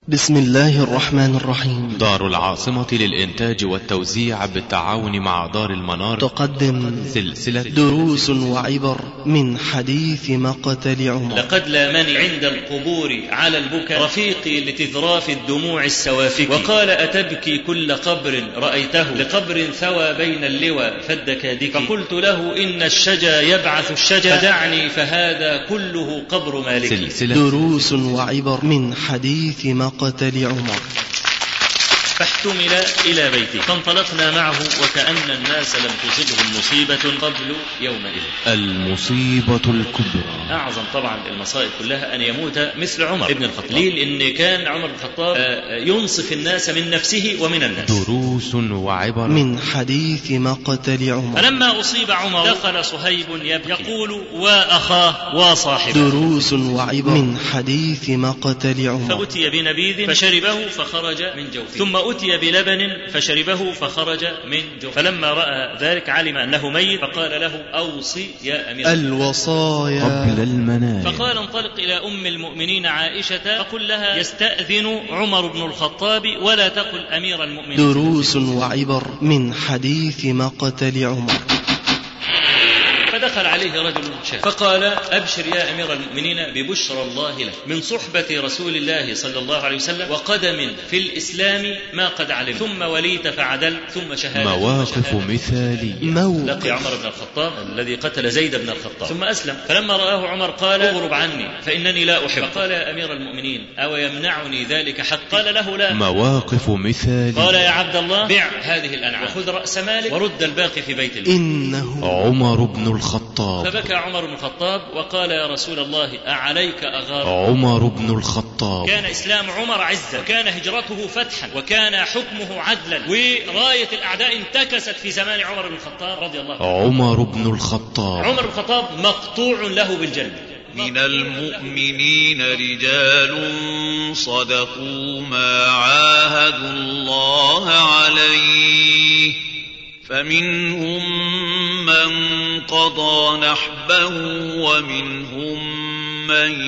بسم الله الرحمن الرحيم. دار العاصمة للإنتاج والتوزيع بالتعاون مع دار المنار تقدم سلسلة دروس وعبر من حديث مقتل عمر. لقد لامني عند القبور على البكاء رفيقي لتذراف الدموع السوافك، وقال أتبكي كل قبر رأيته لقبر ثوى بين اللوى فالدكادك، فقلت له إن الشجا يبعث الشجا فدعني فهذا كله قبر مالك. سلسلة دروس وعبر من حديث مقتل عمر. فاحتمل إلى بيته فانطلقنا معه وكأن الناس لم تصبهم مصيبة قبل يومئذ. المصيبة الكبرى أعظم طبعا المصائب كلها أن يموت مثل عمر ابن الخطاب. ليه؟ لأن كان عمر بن الخطاب ينصف الناس من نفسه ومن الناس. دروس وعبر من حديث مقتل عمر. فلما أصيب عمر دخل صهيب يبكي يقول وأخاه وصاحبه. دروس وعبر من حديث مقتل عمر. فأتي بنبيذ فشربه فخرج من جوفه، ثم أتي بلبن فشربه فخرج من جوفه، فلما رأى ذلك علم أنه ميت فقال له أوصي يا أمير الوصايا قبل المنام. فقال انطلق إلى أم المؤمنين عائشة فقل لها يستأذن عمر بن الخطاب ولا تقل أمير المؤمنين. دروس وعبر من حديث مقتل عمر. فدخل عليه رجل شاب فقال أبشر يا أمير المؤمنين ببشرى الله لك من صحبة رسول الله صلى الله عليه وسلم وقدم في الإسلام ما قد علم، ثم وليت فعدل، ثم شهادة. مواقف مثالية. لقي عمر بن الخطاب الذي قتل زيد بن الخطاب ثم أسلم، فلما رآه عمر قال اغرب عني فإنني لا أحب. فقال يا أمير المؤمنين أو يمنعني ذلك حق؟ قال له لا. مواقف مثالية. قال يا عبد الله بع هذه الأنعام وخذ رأس مالك ورد الباقي في بيت الله. إنه عمر بن الخطاب. فبكى عمر بن الخطاب وقال يا رسول الله أعليك أغار. عمر بن الخطاب كان إسلام عمر عزا، وكان هجرته فتحا، وكان حكمه عدلا، وراية الأعداء انتكست في زمان عمر بن الخطاب رضي الله عنه. عمر بن الخطاب. عمر بن الخطاب مقطوع له بالجنة. من المؤمنين رجال صدقوا ما عاهدوا الله عليه، فمنهم من قضى نحبه ومنهم من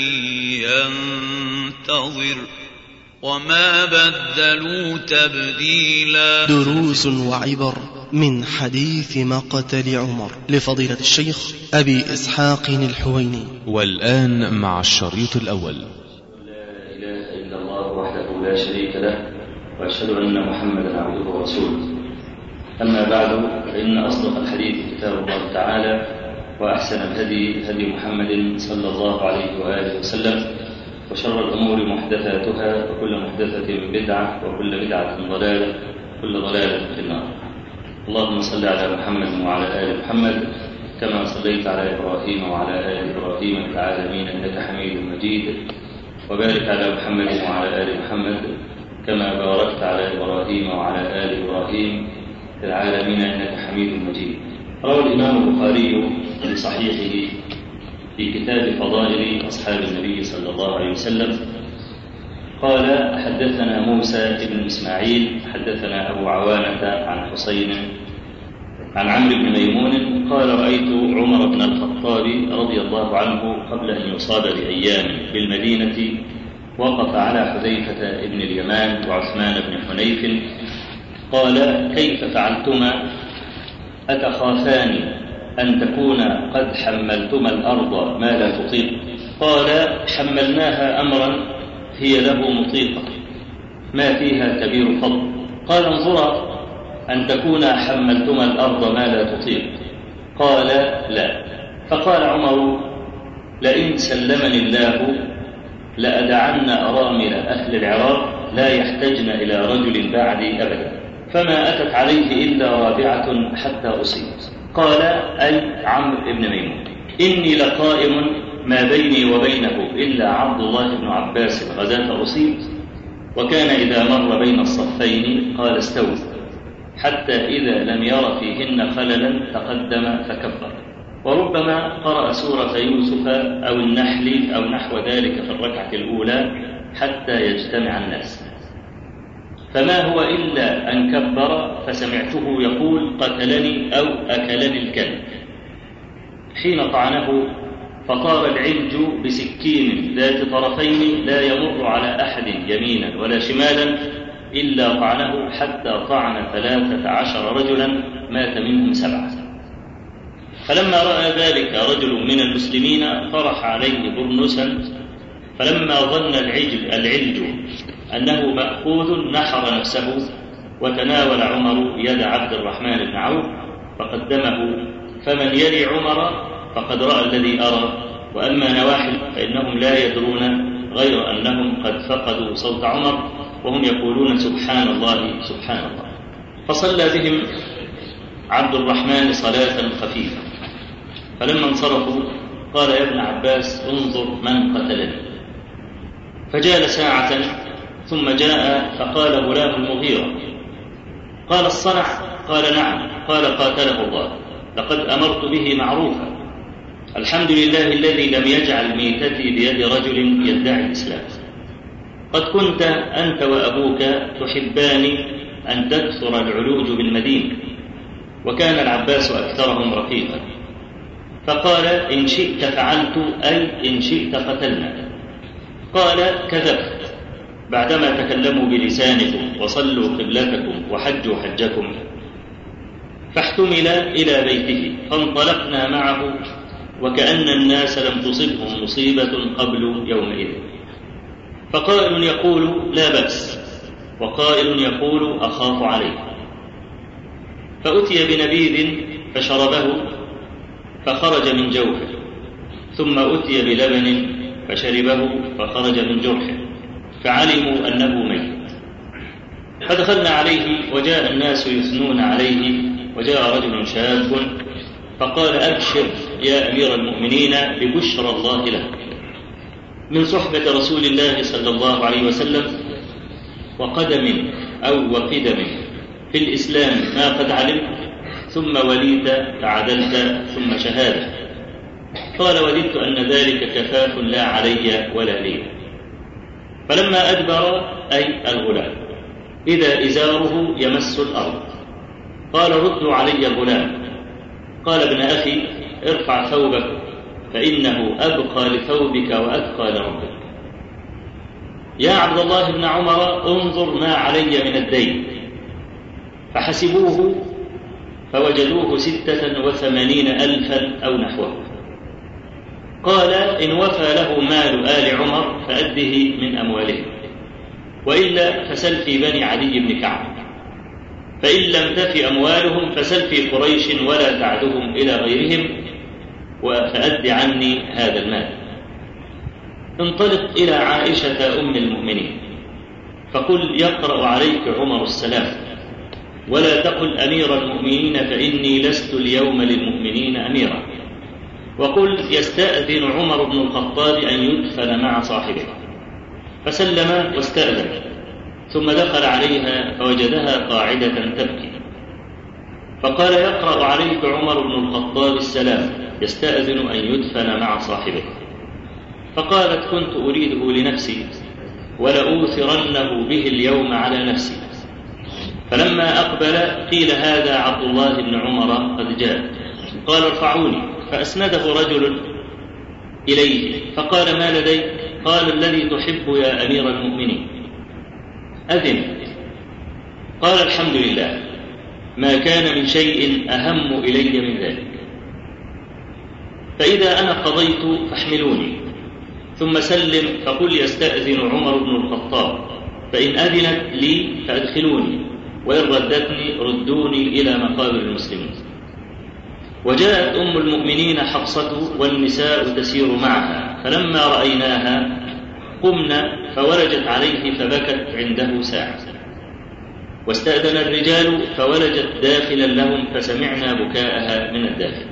ينتظر وما بدلوا تبديلا. دروس وعبر من حديث مقتل عمر لفضيلة الشيخ أبي إسحاق الحويني. والآن مع الشريط الأول. لا إله إلا الله وحده لا شريك له، وأشهد أن محمدا عبده ورسوله. أما بعد، فإن أصدق الحديث كتاب الله تعالى، وأحسن الهدي هدي محمد صلى الله عليه وآله وسلم، وشر الأمور محدثاتها، وكل محدثة بدعة، وكل بدعة ضلالة، وكل ضلالة في النار. اللهم صل على محمد وعلى آل محمد كما صليت على إبراهيم وعلى آل إبراهيم في العالمين إنك حميد مجيد، وبارك على محمد وعلى آل محمد كما باركت على إبراهيم وعلى آل إبراهيم في العالمين إنك حميد مجيد. روى الإمام البخاري في صحيحه في كتاب فضائل أصحاب النبي صلى الله عليه وسلم قال حدثنا موسى بن إسماعيل حدثنا أبو عوانة عن حسين عن عمرو بن ميمون قال رأيت عمر بن الخطاب رضي الله عنه قبل أن يصاب بأيام بالمدينة وقف على حذيفة بن اليمان وعثمان بن حنيف قال كيف فعلتما؟ أتخافان أن تكون قد حملتما الأرض ما لا تطيق؟ قال حملناها أمرا هي له مطيقة ما فيها كبير فضل. قال انظرا أن تكون حملتما الأرض ما لا تطيق؟ قال لا. فقال عمر لئن سلمني الله لأدعن أرامل أهل العراق لا يحتجن إلى رجل بعدي أبدا، فما أتت عليه إلا رابعة حتى أصيب. قال أي عمرو بن ميمون إني لقائم ما بيني وبينه إلا عبد الله بن عباس غداة أصيب، وكان إذا مر بين الصفين قال استووا، حتى إذا لم ير فيهن خللا تقدم فكبر، وربما قرأ سورة يوسف أو النحل أو نحو ذلك في الركعة الأولى حتى يجتمع الناس، فما هو إلا أن كبر فسمعته يقول قتلني أو أكلني الكلب. حين طعنه فطار العلج بسكين ذات طرفين لا يمر على أحد يمينا ولا شمالا إلا طعنه، حتى طعن 13 رجلا مات منهم 7. فلما رأى ذلك رجل من المسلمين طرح عليه برنسا، فلما ظن العلج أنه مأخوذ نحر نفسه، وتناول عمر يد عبد الرحمن بن عوف فقدمه، فمن يلي عمر فقد رأى الذي أرى، وأما نواحل فإنهم لا يدرون غير أنهم قد فقدوا صوت عمر وهم يقولون سبحان الله سبحان الله. فصلى بهم عبد الرحمن صلاة خفيفة، فلما انصرفوا قال يا ابن عباس انظر من قتلني. فجال ساعة ثم جاء فقال غلام المغيرة، قال الصنع؟ قال نعم. قال قاتله الله، لقد أمرت به معروفا، الحمد لله الذي لم يجعل ميتتي بيد رجل يدعي الإسلام. قد كنت أنت وأبوك تحبان أن تكثر العلوج بالمدينة، وكان العباس أكثرهم رفيقا، فقال إن شئت فعلت، أي إن شئت قتلنا. قال كذبت، بعدما تكلموا بلسانكم وصلوا قبلتكم وحجوا حجكم. فاحتمل إلى بيته، فانطلقنا معه وكأن الناس لم تصبهم مصيبة قبل يومئذ. فقائل يقول لا بأس، وقائل يقول أخاف عليه. فأتي بنبيذ فشربه فخرج من جوفه، ثم أتي بلبن فشربه فخرج من جرحه، فعلموا أنه ميت. فدخلنا عليه وجاء الناس يثنون عليه، وجاء رجل شاب فقال أبشر يا أمير المؤمنين ببشرى الله لك من صحبة رسول الله صلى الله عليه وسلم، وقدم أو وقدم في الإسلام ما قد علمت، ثم وليت فعدلت، ثم شهادة. قال وددت أن ذلك كفاف لا علي ولا لي. فلما أدبر أي الغلام إذا إزاره يمس الأرض، قال ردوا علي الغلام. قال ابن أخي ارفع ثوبك فإنه أبقى لثوبك وأتقى لربك. يا عبد الله بن عمر انظر ما علي من الدين. فحسبوه فوجدوه 86,000 أو نحوه. قال إن وفى له مال آل عمر فأده من أموالهم، وإلا فسل في بني عدي بن كعب، فإن لم تف أموالهم فسل في قريش ولا تعدهم إلى غيرهم، فأد عني هذا المال. انطلق إلى عائشة أم المؤمنين فقل يقرأ عليك عمر السلام، ولا تقل أمير المؤمنين فإني لست اليوم للمؤمنين أميرا، وقل يستأذن عمر بن الخطاب أن يدفن مع صاحبه. فسلم واستأذن، ثم دخل عليها فوجدها قاعدة تبكي، فقال يقرأ عليك عمر بن الخطاب السلام يستأذن أن يدفن مع صاحبه. فقالت كنت أريده لنفسي ولأوثرنه به اليوم على نفسي. فلما أقبل قيل هذا عبد الله بن عمر قد جاء. قال ارفعوني، فأسنده رجل إليه فقال ما لديك؟ قال الذي تحب يا أمير المؤمنين. أذن. قال الحمد لله، ما كان من شيء أهم إلي من ذلك، فإذا أنا قضيت فاحملوني، ثم سلم فقل يستأذن عمر بن الخطاب، فإن أذنت لي فأدخلوني، وإن ردتني ردوني إلى مقابر المسلمين. وجاءت أم المؤمنين حفصة والنساء تسير معها، فلما رأيناها قمنا فولجت عليه فبكت عنده ساعة. واستأذن الرجال فولجت داخلا لهم فسمعنا بكاءها من الداخل.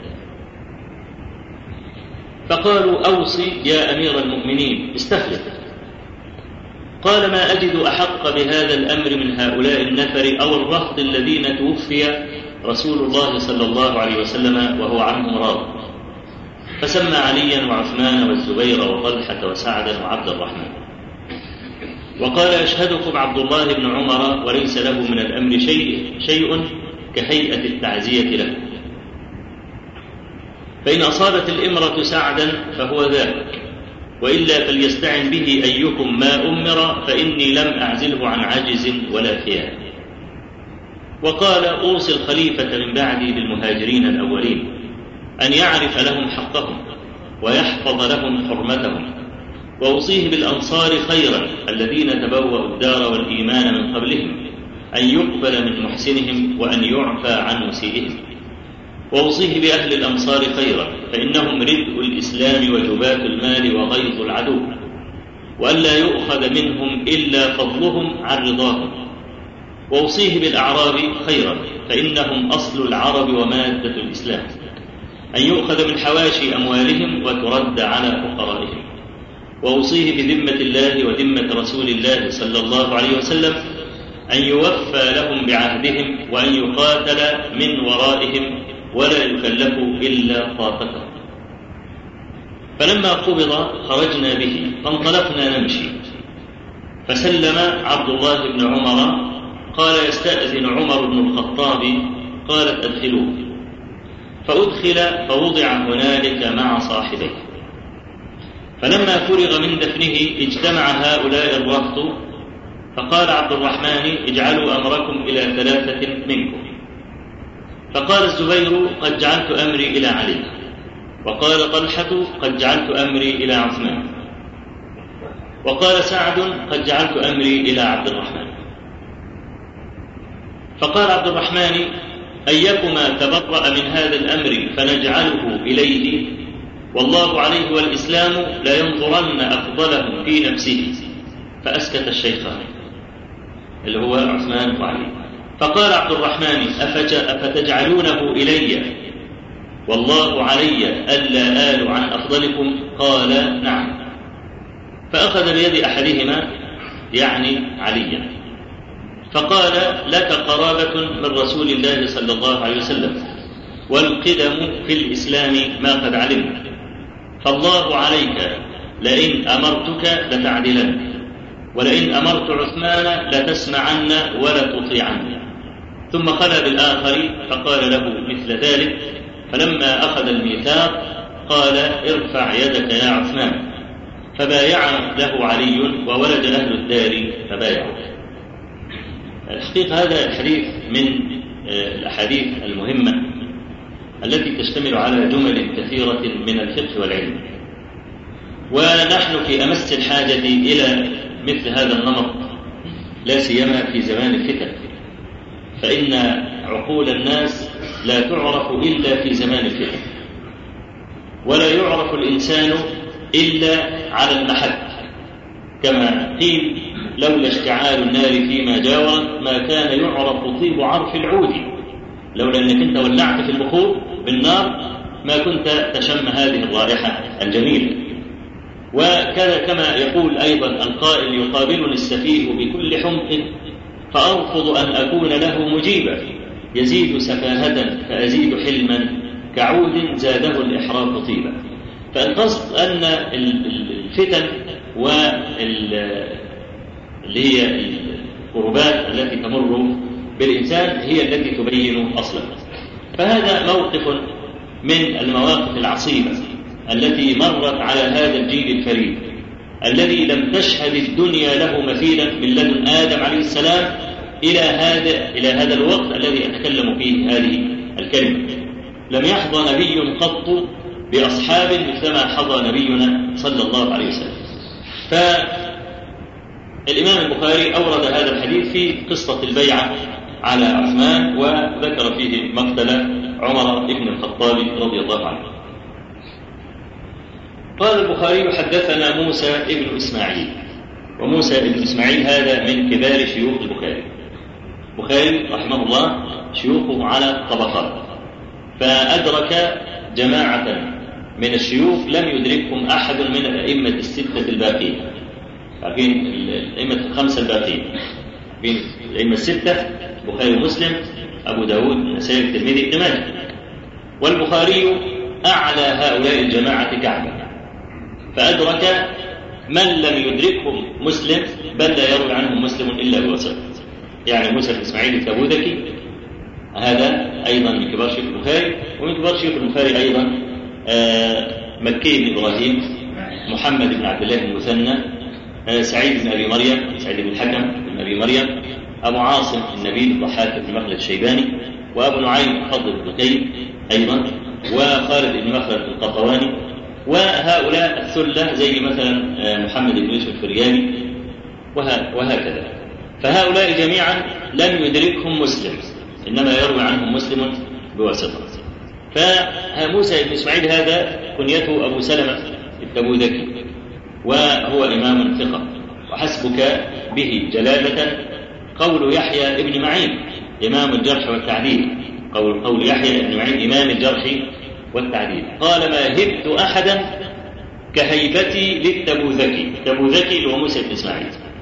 فقالوا أوصي يا أمير المؤمنين استخلف. قال ما أجد أحق بهذا الأمر من هؤلاء النفر أو الرهط الذين توفي رسول الله صلى الله عليه وسلم وهو عنهم راض. فسمى عليا وعثمان والزبير وطلحة وسعدا وعبد الرحمن، وقال أشهدكم عبد الله بن عمر وليس له من الأمر شيء كهيئة التعزية له. فإن أصابت الإمرة سعدا فهو ذاك، وإلا فليستعن به أيكم ما أمر، فإني لم أعزله عن عجز ولا خيار. وقال: أوصي الخليفة من بعدي بالمهاجرين الأولين أن يعرف لهم حقهم ويحفظ لهم حرمتهم، وأوصيه بالأنصار خيرا الذين تبوأوا الدار والإيمان من قبلهم أن يقبل من محسنهم وأن يعفى عن مسيئهم. وأوصيه بأهل الأمصار خيرا فإنهم ردء الإسلام وجبات المال وغيظ العدو، وألا يؤخذ منهم إلا فضلهم عن رضاهم. وأوصيه بالأعراب خيرا فإنهم أصل العرب ومادة الإسلام، أن يؤخذ من حواشي أموالهم وترد على فقرائهم. وأوصيه بذمة الله وذمة رسول الله صلى الله عليه وسلم أن يوفى لهم بعهدهم وأن يقاتل من ورائهم ولا يكلف إلا طاقته. فلما قبض خرجنا به فانطلقنا نمشي، فسلم عبد الله بن عمر قال: يستأذن عمر بن الخطاب. قالت: أدخلوه. فأدخل فوضع هنالك مع صاحبيه. فلما فرغ من دفنه اجتمع هؤلاء الرهط، فقال عبد الرحمن: اجعلوا أمركم إلى 3 منكم. فقال الزبير: قد جعلت أمري إلى علي. وقال طلحة: قد جعلت أمري إلى عثمان. وقال سعد: قد جعلت أمري إلى عبد الرحمن. فقال عبد الرحمن: أيكما تبرأ من هذا الأمر فنجعله إليه، والله عليه والإسلام لا ينظرن أفضلهم في نفسه. فأسكت الشيخان اللي هو عثمان وعلي. فقال عبد الرحمن: أفتجعلونه إلي والله علي ألا آل عن أفضلكم؟ قال: نعم. فأخذ بيد أحدهما يعني عليا، فقال: لك قرابة من رسول الله صلى الله عليه وسلم، والقدم في الإسلام ما قد علمت، فالله عليك لئن أمرتك لتعدلن، ولئن أمرت عثمان لتسمعن ولا تطيعن. ثم خلا بالآخر فقال له مثل ذلك. فلما أخذ الميثاق قال: ارفع يدك يا عثمان. فبايع له علي وولد أهل الدار فبايعوا. الحقيقة هذا الحديث من الأحاديث المهمة التي تشتمل على جمل كثيرة من الفقه والعلم، ونحن في أمس الحاجة إلى مثل هذا النمط، لا سيما في زمان الفتن، فإن عقول الناس لا تعرف إلا في زمان الفتن، ولا يعرف الإنسان إلا على المحك، كما قيل: لولا اشتعال النار فيما جاورت ما كان يعرف طيب عرف العود. لولا أنك أنت ولعت في البخور بالنار ما كنت تشم هذه الرائحة الجميلة. وكذا كما يقول أيضا القائل: يقابلني السفيه بكل حمق فأرفض أن أكون له مجيبا، يزيد سفاهة فأزيد حلما، كعود زاده الإحراق طيبا. فالقصد أن الفتن واللي هي القربات التي تمر بالإنسان هي التي تبين أصلا. فهذا موقف من المواقف العصيبة التي مرت على هذا الجيل الفريد الذي لم تشهد الدنيا له مثيلا من لدن آدم عليه السلام إلى هذا الوقت الذي أتكلم فيه هذه الكلمة. لم يحظى نبي قط بأصحاب مثلما حظى نبينا صلى الله عليه وسلم. فالإمام البخاري أورد هذا الحديث في قصة البيعة على عثمان، وذكر فيه مقتل عمر بن الخطاب رضي الله عنه. قال البخاري: حدثنا موسى بن إسماعيل. وموسى بن إسماعيل هذا من كبار شيوخ البخاري. البخاري رحمه الله شيوخه على طبقات، فأدرك جماعة من الشيوخ لم يدركهم أحد من الأئمة الستة الباقين. عارفين الأئمة الخمسة الباقين، بين الأئمة الستة: البخاري ومسلم، أبو داود، النسائي، الترمذي، ابن ماجه. والبخاري أعلى هؤلاء الجماعة كعبا، فأدرك من لم يدركهم مسلم، بل لا يروي عنهم مسلم إلا بواسطة. يعني موسى بن إسماعيل التبوذكي هذا أيضا من كبار شيوخ البخاري، ومن كبار شيوخ البخاري أيضا مكي بن إبراهيم، محمد بن عبد الله بن المثنى، سعيد بن أبي مريم، سعيد بن الحكم بن أبي مريم، أبو عاصم النبيل الضحاك بن مخلد الشيباني، وأبو نعيم فضل بن دكين أيضا، وخالد بن مخلد القطواني، وهؤلاء الثلة زي مثلا محمد بن يوسف الفريابي وهكذا. فهؤلاء جميعا لم يدركهم مسلم، إنما يروي عنهم مسلم بواسطة. فموسى بن إسماعيل هذا كنيته أبو سلمة التبوذكي، وهو إمام ثقة، وحسبك به جلالة قول يحيى بن معين إمام الجرح والتعديل، قول يحيى بن معين إمام الجرح والتعديل، قال: ما هبت أحدا كهيبتي للتبوذكي. التبوذكي هو موسى بن إسماعيل،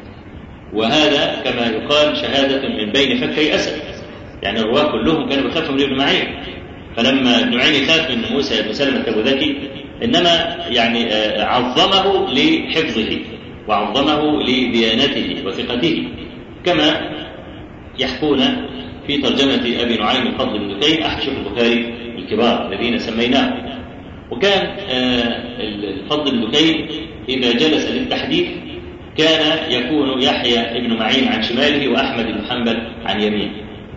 وهذا كما يقال شهادة من بين فكي أسد، يعني الرواة كلهم كانوا بيخافوا من ابن معين، فلما ابن معين خاف من موسى بن سلمة التبوذكي إنما يعني عظمه لحفظه وعظمه لديانته وثقته، كما يحكون في ترجمة أبي نعيم الفضل بن دكين أحد شيوخ البخاري الكبار الذين سميناه. وكان الفضل بن دكين إذا جلس للتحديث كان يكون يحيى بن معين عن شماله وأحمد بن حنبل عن يمينه،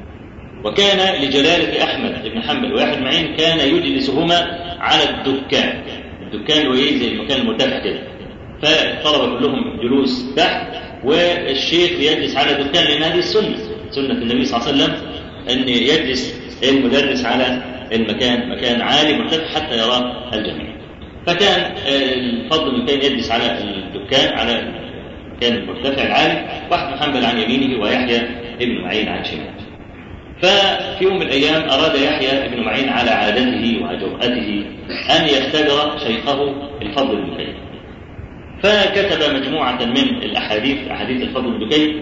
وكان لجلالة أحمد بن حنبل ويحيى بن معين كان يجلسهما على الدكان. الدكان هو زي المكان المرتفع كده، فالطلبة كلهم جلوس تحت والشيخ يجلس على الدكان، لأن هذه السنة، سنة النبي صلى الله عليه وسلم أن يجلس المدرس على المكان، مكان عالي مرتفع حتى يرى الجميع. فكان الفضل كان يجلس على الدكان على المكان المرتفع العالي، وأحمد بن حنبل عن يمينه ويحيى بن معين عن شماله. ففي يوم من الأيام أراد يحيى بن معين على عادته وجرأته أن يختبر شيخه الفضل بن دكين، فكتب مجموعة من الأحاديث، أحاديث الفضل بن دكين،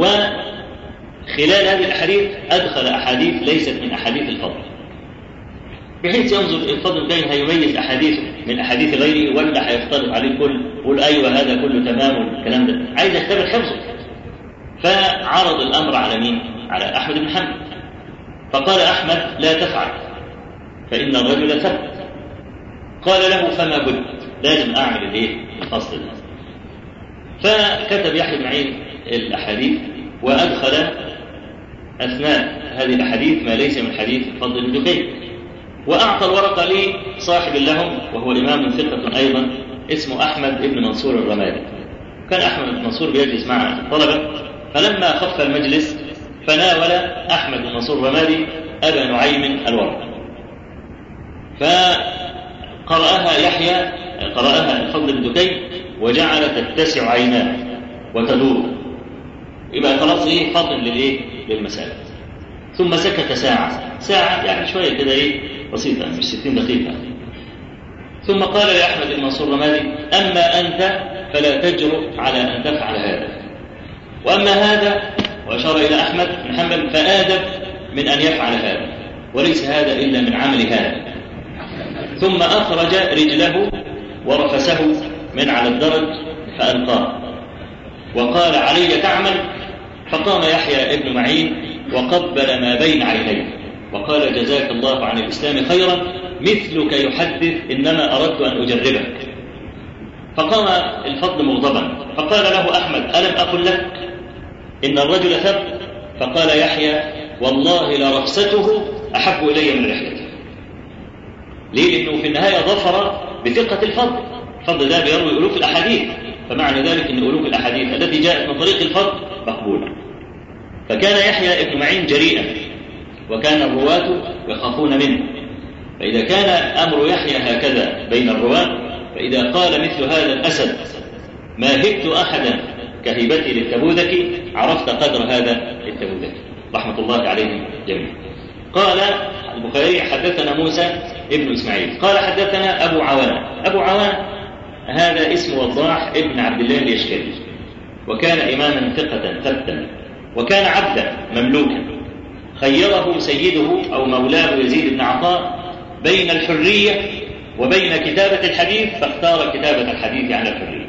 وخلال هذه الأحاديث أدخل أحاديث ليست من أحاديث الفضل، بحيث ينظر الفضل بن دكين هيميز أحاديث من أحاديث غيره ولا هيختلط عليه الكل، يقول أيوة هذا كله تمام والكلام ده، عايز يختبر حفظه. فعرض الأمر على مين؟ على أحمد بن حنبل، فقال أحمد: لا تفعل فإن الرجل ثبت. قال له: فما بد، لازم أعمل الفصل ده. فكتب يحيى بن معين الأحاديث، وأدخل أثناء هذه الأحاديث ما ليس من حديث الفضل بن دكين، وأعطى الورقة لصاحب لهم وهو إمام ثقة أيضا اسمه أحمد بن منصور الرمادي. كان أحمد بن منصور بيجلس مع الطلبة، فلما خف المجلس فناول أحمد بن منصور الرمادي أبا نعيم الورقة، فقرأها يحيى، قرأها الفضل بن دكين، وجعل تتسع عيناه وتدور، يبقى خلاص فاطن للمسألة. ثم سكت ساعة يعني شوية كده بسيطة، مش 60 دقيقة. ثم قال لأحمد بن منصور الرمادي: أما أنت فلا تجرؤ على أن تفعل هذا، وأما هذا، وأشار إلى أحمد بن حنبل، فآدب من أن يفعل هذا، وليس هذا إلا من عمل هذا. ثم أخرج رجله ورفسه من على الدرج فألقاه، وقال: علي تعمل. فقام يحيى بن معين وقبل ما بين عينيه وقال: جزاك الله عن الإسلام خيرا، مثلك يحدث، إنما أردت أن أجربك. فقام الفضل مغضبا، فقال له أحمد: ألم أقل لك إن الرجل ثبت؟ فقال يحيى: والله لرفسته أحب إلي من رحلته. ليه؟ لأنه في النهاية ظفر بثقة الفضل. الفضل ده بيروي ألوف الأحاديث، فمعنى ذلك أن ألوف الأحاديث التي جاءت من طريق الفضل مقبولة. فكان يحيى بن معين جريئا، وكان الرواة يخافون منه. فإذا كان أمر يحيى هكذا بين الرواة، فإذا قال مثل هذا الأسد: ما هبت أحدا كهبتي للتبوذكي، عرفت قدر هذا التبوذكي رحمة الله عليهم جميعا. قال البخاري: حدثنا موسى ابن إسماعيل قال حدثنا أبو عوان. أبو عوان هذا اسم وضاح ابن عبد الله اليشكري، وكان إماما ثقة ثبتا، وكان عبدا مملوكا، خيره سيده أو مولاه يزيد بن عطاء بين الحرية وبين كتابة الحديث، فاختار كتابة الحديث على الحرية.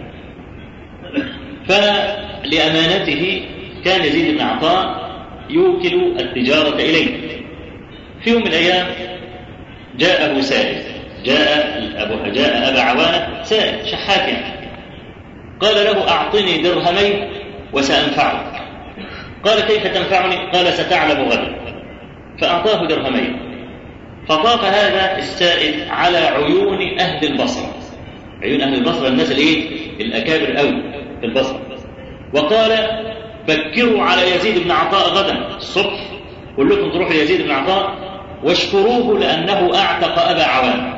فلأمانته كان يزيد بن عطاء يوكل التجارة إليه. في يوم من الأيام جاءه سائل جاء أبا عوانة سائل شحات يعني، قال له أعطني درهمين وسأنفعك. قال كيف تنفعني؟ قال ستعلم غدا. فأعطاه درهمين، فطاف هذا السائل على عيون أهل البصرة، عيون أهل البصرة الناس الأكابر أوي في البصرة، وقال بكروا على يزيد بن عطاء غدا الصبح، قل لكم تروحوا ليزيد بن عطاء واشكروه لأنه أعتق أبا عوانة.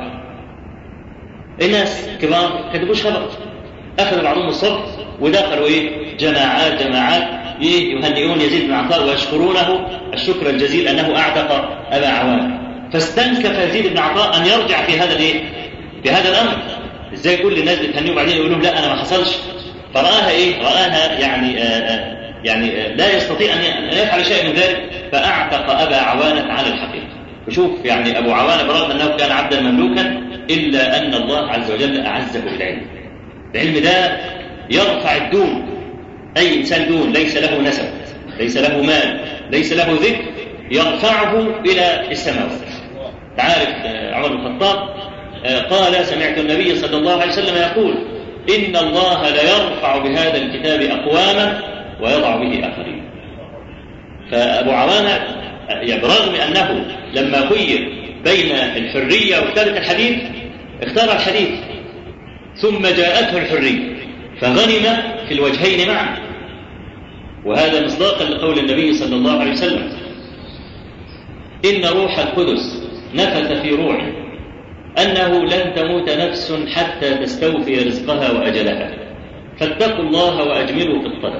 الناس كبار كتبوش خبر، أخذ بعضهم الصبح ودخلوا جماعات يهنئون يزيد بن عطاء ويشكرونه الشكر الجزيل أنه أعتق أبا عوانة. فاستنكف يزيد بن عطاء أن يرجع في هذا الأمر. إزاي كل الناس بتهنيه وبعدين يقولون لا أنا ما حصلش؟ فرآها رآها يعني لا يستطيع أن يفعل شيء من ذلك، فأعتق أبا عوانة على الحقيقة. وشوف يعني أبو عوانة برغم أنه كان عبدا مملوكا إلا أن الله عز وجل أعزه بالعلم. العلم ده يرفع الدون، أي إنسان دون ليس له نسب، ليس له مال، ليس له ذكر، يرفعه إلى السماوات. تعرف عمر بن الخطاب قال سمعت النبي صلى الله عليه وسلم يقول إن الله ليرفع بهذا الكتاب أقواما ويضع به آخرين. فأبو عوانة برغم أنه لما خير بين الحرية وكتابة الحديث اختار الحديث، ثم جاءته الحرية فغنم في الوجهين معا. وهذا مصداقا لقول النبي صلى الله عليه وسلم إن روح القدس نفث في روحي أنه لن تموت نفس حتى تستوفي رزقها وأجلها، فاتقوا الله وأجملوا في الطلب،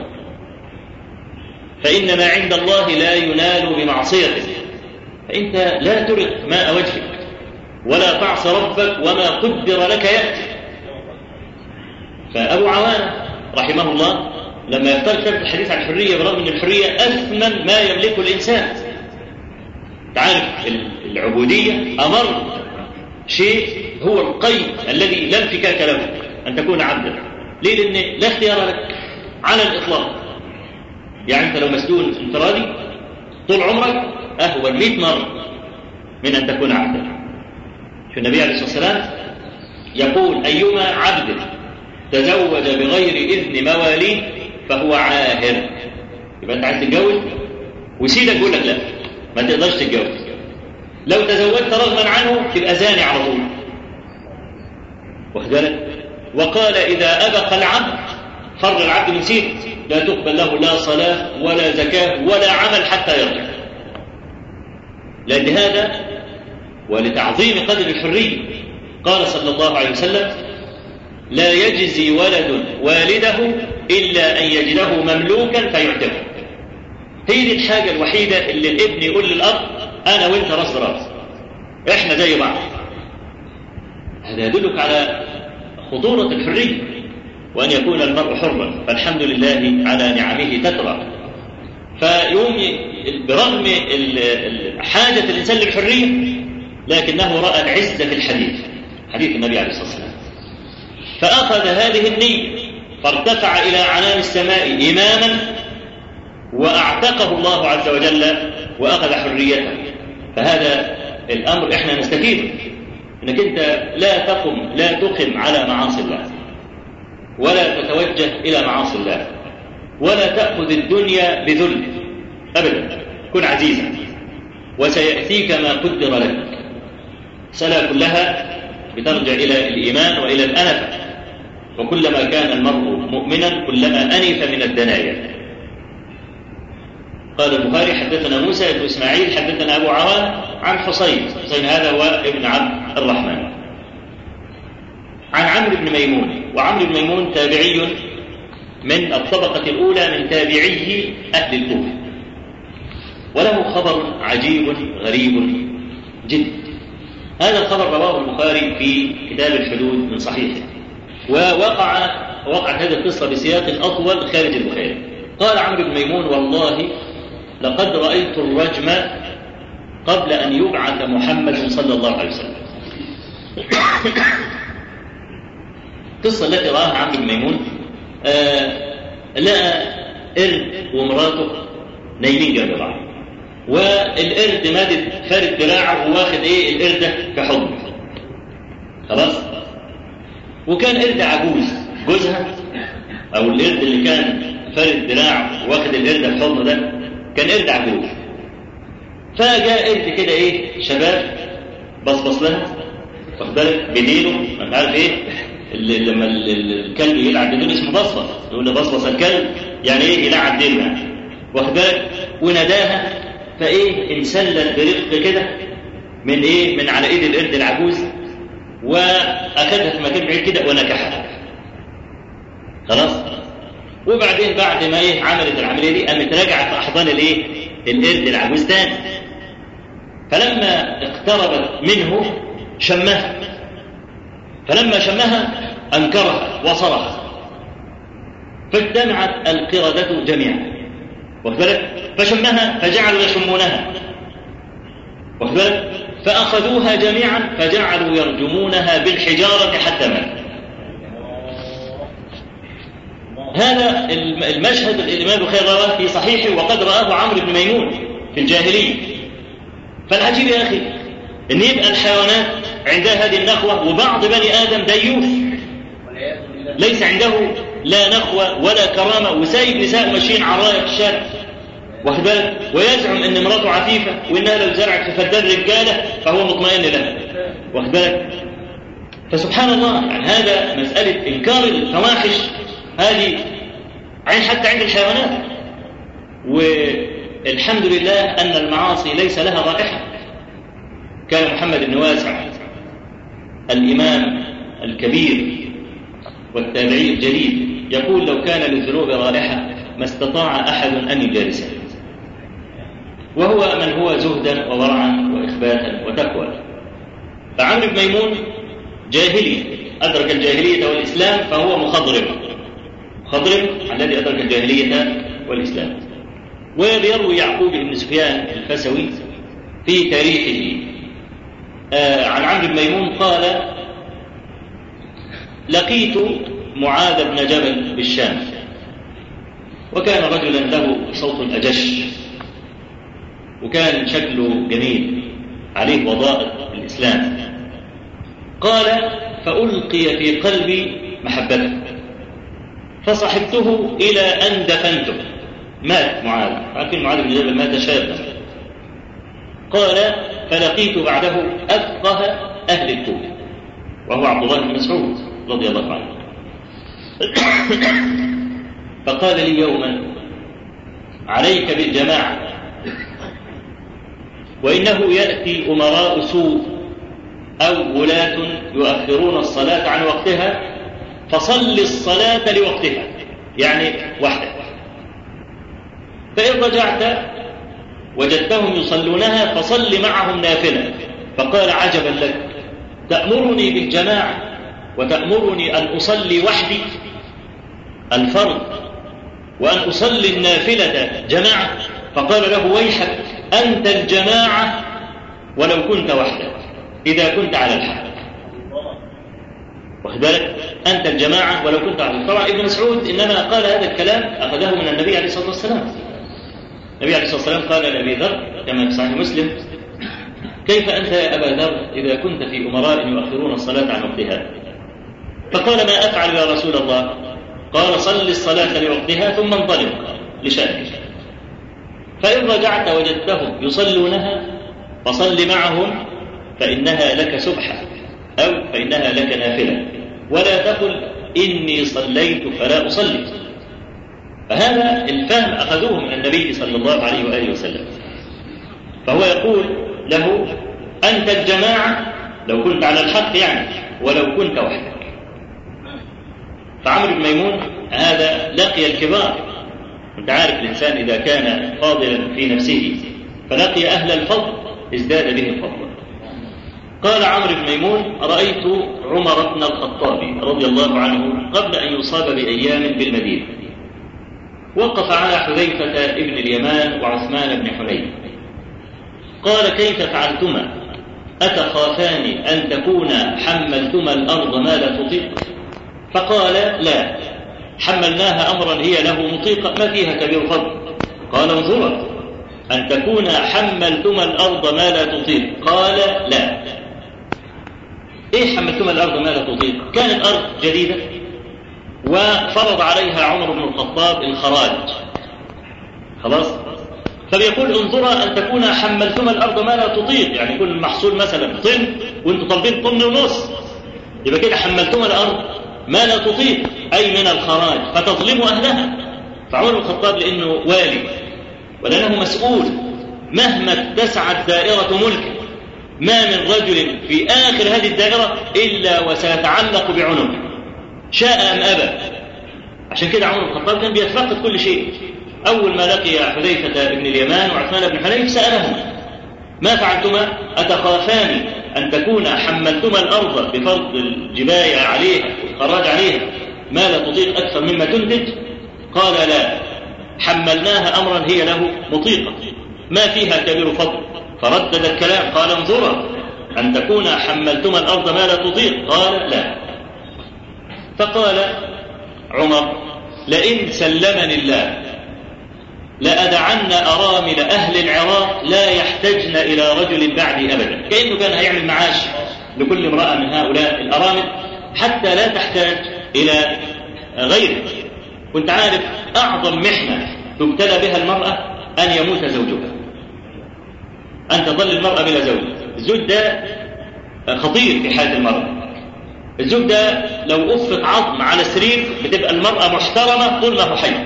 فإن ما عند الله لا ينال بمعصيته، فأنت لا ترق ماء وجهك ولا تعص ربك وما قدر لك يأتي. فأبو عوانة رحمه الله لما يختار كتابة الحديث عن الحرية برغم أن الحرية أثمن ما يملكه الإنسان. تعرف العبودية أمر شيء هو القيد الذي لا انفكاك له أن تكون عبدا. ليه؟ لأن لا اختيار لك على الإطلاق. يعني أنت لو مسجون انفرادي طول عمرك أهون 100 مرة من أن تكون عبدا. شو النبي عليه الصلاة والسلام يقول أيما عبد تزوج بغير إذن مواليه فهو عاهر. يبقى أنت عايز تتجوز وسيدك يقول لك لا ما تقدرش تتجوز، لو تزوجت رغما عنه تبقى زاني على طول. واخد بالك؟ وقال إذا أبق العبد فر العبد من سيده لا تقبل له لا صلاة ولا زكاة ولا عمل حتى يرجع. لأن هذا ولتعظيم قدر الحرية قال صلى الله عليه وسلم لا يجزي ولد والده إلا أن يجده مملوكا فيعتقه. هي دي الحاجة الوحيدة اللي الابن يقول للأب أنا وإنت راس براس، إحنا زي بعض. هذا يدلك على خطورة الحرية وأن يكون المرء حرا، فالحمد لله على نعمه تترى. فيوم برغم حاجة الإنسان للحرية لكنه رأى العزة في الحديث، حديث النبي عليه الصلاة والسلام، فأخذ هذه النية فارتفع إلى عنان السماء إماما وأعتقه الله عز وجل وأخذ حريته. فهذا الأمر إحنا نستفيد إنك أنت لا تقم على معاصي الله ولا تتوجه إلى معاصي الله ولا تأخذ الدنيا بذل أبدا. كن عزيزا وسيأتيك ما قدر لك. سلا كلها بترجع إلى الإيمان وإلى الأنفة، وكلما كان المرء مؤمنا كلما أنف من الدنايا. قال البخاري حدثنا موسى بن إسماعيل حدثنا أبو عوان عن حسين هذا هو ابن عبد الرحمن عن عمرو بن ميمون. وعمرو بن ميمون تابعي من الطبقة الأولى من تابعي أهل الكوفة، وله خبر عجيب غريب جدا. هذا الخبر رواه البخاري في كتاب الحدود من صحيحه، ووقعت هذه القصة بسياق أطول خارج البخاري. قال عمرو بن ميمون والله لقد رأيت الرجم قبل أن يبعث محمد صلى الله عليه وسلم. القصة التي رآها عمرو بن ميمون لقى قرد ومراته نايمين جنب بعض، والقرد مادد فارد دراعه وواخد القردة في حضنه، خلاص. وكان قرد عجوز جوزها، أو القرد اللي كان فارد دراع واخد القرد في حضنه ده كان قرد عجوز. فجاء قرد كده إيه شباب بصبص لها، واخد بالك بديله مش عارف إيه، اللي لما الكلب يلعب بديله اسمه بصبص، يقول له بصبص الكلب يعني إيه يلعب ديله يعني، واخد بالك. وناداها فإيه انسلت برفق كده من إيه من على إيد القرد العجوز، وأخذها في مكان بعيد كده ونكحها. خلاص. وبعدين بعد ما إيه عملت العملية دي قامت راجعت في أحضان الإيه القرد العجوز تاني. فلما اقتربت منه شمها، فلما شمها أنكرها وصرخ، فاجتمعت القردة جميعا، واخد بالك، فشمها فجعلوا يشمونها، واخد بالك، فأخذوها جميعا فجعلوا يرجمونها بالحجارة حتى مات. هذا المشهد الإمام البخاري رواه في صحيحه، وقد رآه عمرو بن ميمون في الجاهلية. فالعجيب يا أخي إن يبقى الحيوانات عندها هذه النخوة، وبعض بني آدم ديوث ليس عنده لا نخوة ولا كرامة، وسايب نساء ماشيين عرايا في الشارع، واخد بالك، ويزعم ان امراته عفيفة وانها لو زرعت في فدان رجالة فهو مطمئن لها، واخد بالك. فسبحان الله، يعني هذا مسألة إنكار الفواحش هذه حتى عند الحيوانات. والحمد لله أن المعاصي ليس لها رائحة. كان محمد بن واسع الإمام الكبير والتابعي الجليل يقول: لو كان للذنوب رائحة ما استطاع أحد أن يجالسه، وهو من هو زهدا وورعا وإخباتا وتقوى. فعمرو بن ميمون جاهلي أدرك الجاهلية والإسلام، فهو مخضرم الذي أدرك الجاهلية والإسلام. ويروي يعقوب بن سفيان الفسوي في تاريخه عن عمرو بن ميمون قال: لقيت معاذ بن جبل بالشام، وكان رجلا له صوت أجش، وكان شكله جميل عليه وظائف الإسلام. قال: فألقي في قلبي محبته، فصحبته إلى أن دفنته. مات معاذ، عارفين معاذ بن جبل مات شابا. قال: فلقيت بعده أفقه أهل الكوفة، وهو عبد الله بن مسعود رضي الله عنه. فقال لي يوما: عليك بالجماعة، وإنه يأتي أمراء سوء أو ولاة يؤخرون الصلاة عن وقتها، فصل الصلاة لوقتها، يعني وحدك. فإن رجعت وجدتهم يصلونها فصل معهم نافلة. فقال: عجبا لك، تأمرني بالجماعة وتأمرني أن أصلي وحدي الفرض، وأن أصلي النافلة جماعة؟ فقال له: ويحك، أنت الجماعة ولو كنت وحدك إذا كنت على الحق. واخد بالك، أنت الجماعة ولو كنت على الحق. طبعا ابن مسعود إنما قال هذا الكلام أخذه من النبي عليه الصلاة والسلام. النبي عليه الصلاة والسلام قال لأبي ذر كما في صحيح مسلم: كيف أنت يا أبا ذر إذا كنت في أمراء يؤخرون الصلاة عن وقتها؟ فقال: ما أفعل يا رسول الله؟ قال: صل الصلاة لوقتها ثم انطلق لشأنك، فإن رجعت وجدتهم يصلونها فصل معهم، فإنها لك سبحة أو فإنها لك نافلة، ولا تقل إني صليت فلا أصلي. فهذا الفهم أخذوه من النبي صلى الله عليه وآله وسلم. فهو يقول له: أنت الجماعة لو كنت على الحق يعني، ولو كنت وحدك. فعمرو بن ميمون هذا لقي الكبار. أنت عارف الإنسان إذا كان فاضلا في نفسه فلقي أهل الفضل ازداد به الفضل. قال عمرو بن ميمون: رأيت عمر بن الخطاب رضي الله عنه قبل أن يصاب بأيام بالمدينة، وقف على حذيفة ابن اليمان وعثمان بن حنين. قال: كيف فعلتما؟ أتخافان أن تكون حملتما الأرض ما لا تطيق؟ فقال: لا، حملناها أمرا هي له مطيقة ما فيها كبير فضل. قال: انظرا، أن تكون حملتما الأرض ما لا تطيق. قال: لا. إيه حملتم الأرض ما لا تطيق؟ كانت أرض جديدة وفرض عليها عمر بن الخطاب الخراج، خلاص؟ فبيقول انظر أن تكون حملتم الأرض ما لا تطيق، يعني يكون المحصول مثلا طن وانتم طالبين طن ونص، يبقى كده حملتم الأرض ما لا تطيق أي من الخراج فتظلموا أهلها. فعمر بن الخطاب لأنه والي ولأنه مسؤول مهما اتسعت دائرة ملكه ما من رجل في آخر هذه الدائرة إلا وسيتعلق بعنقه شاء أم أبى. عشان كده عمر بن الخطاب كان بيتفقد كل شيء. أول ما لقي حذيفة بن اليمان وعثمان بن حنيف سألهما ما فعلتما أتخافان أن تكون حملتما الأرض بفرض الجباية عليها والخراج عليها ما لا تطيق أكثر مما تنتج؟ قال لا، حملناها أمرا هي له مطيقة ما فيها كبير فضل. فردد الكلام قال انظرا أن تكون حملتما الأرض ما لا تطيق؟ قال لا. فقال عمر لئن سلمني الله لأدعن أرامل أهل العراق لا يحتجن إلى رجل بعدي أبدا. كأنه كان هيعمل معاش لكل امرأة من هؤلاء الأرامل حتى لا تحتاج إلى غيره. كنت عارف أعظم محنة تبتلى بها المرأة أن يموت زوجها، أن تظل المرأة بلا زوج. الزوج ده خطير في حياة المرأة. الزوج ده لو أفت عظم على سرير بتبقى المرأة محترمة طول ما هو حي،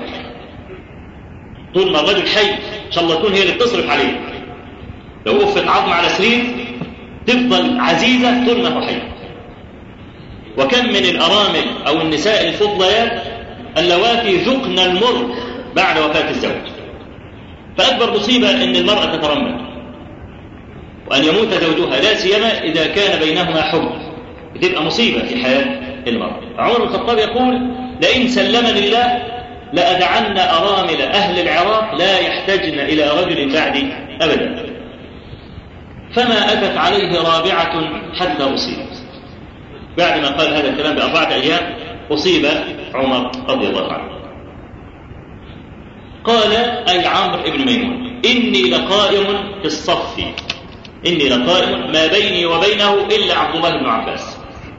طول ما الرجل حي إن شاء الله تكون هي اللي بتصرف عليه. لو أفت عظم على سرير تفضل عزيزة طول ما هو حي. وكم من الأرامل أو النساء الفضليات اللواتي ذقن المر بعد وفاة الزوج. فأكبر مصيبة أن المرأة تترمل وأن يموت زوجها، لا سيما إذا كان بينهما حب، بتبقى مصيبة في حياة المرأة. عمر بن الخطاب يقول لئن سلمني الله لأدعن أرامل أهل العراق لا يحتجن إلى رجل بعدي أبدا. فما أتت عليه رابعة حتى أصيب. بعد ما قال هذا الكلام ب4 أيام أصيب عمر رضي الله عنه. قال أي عمرو بن ميمون إني لقائم في الصف، إني لقائم ما بيني وبينه إلا عبد الله بن عباس.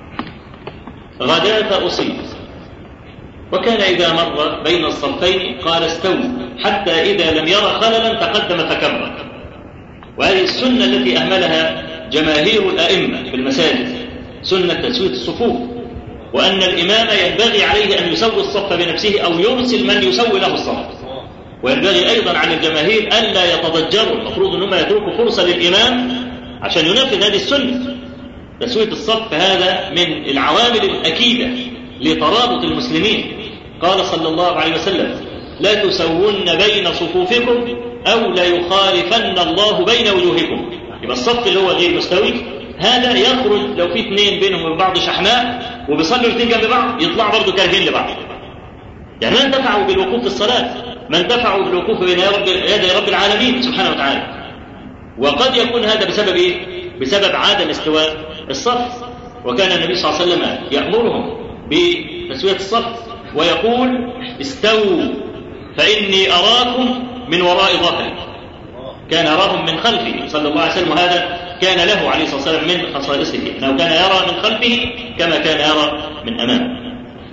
غداة أصيب، وكان إذا مر بين الصفين قال استووا حتى إذا لم يرى خللا تقدم فكبر. وهذه السنة التي أهملها جماهير الأئمة في المساجد، سنة تسوية الصفوف، وأن الإمام ينبغي عليه أن يسوي الصف بنفسه أو يرسل من يسوي له الصف. وينبغي أيضا عن الجماهير ألا يتضجروا، المفروض أنهم يتركوا فرصة للإمام عشان ينفذ هذه السنة. تسوية الصف هذا من العوامل الأكيدة لترابط المسلمين. قال صلى الله عليه وسلم لا تسوون بين صفوفكم أو ليخالفن الله بين وجوهكم. يبقى الصف اللي هو غير مستوي هذا يخرج لو في 2 بينهم وبين بعض شحناء وبيصلوا 2 جنب بعض يطلع برضه كارهين لبعض. يعني ما انتفعوا بالوقوف في الصلاة، ما انتفعوا بالوقوف بين يدي رب العالمين سبحانه وتعالى. وقد يكون هذا بسبب إيه؟ بسبب عدم استواء الصف. وكان النبي صلى الله عليه وسلم يأمرهم بتسوية الصف ويقول استووا فإني أراكم من وراء ظهري. كان يراهم من خلفه صلى الله عليه وسلم، وهذا كان له عليه الصلاة والسلام من خصائصه أنه كان يرى من خلفه كما كان يرى من أمامه.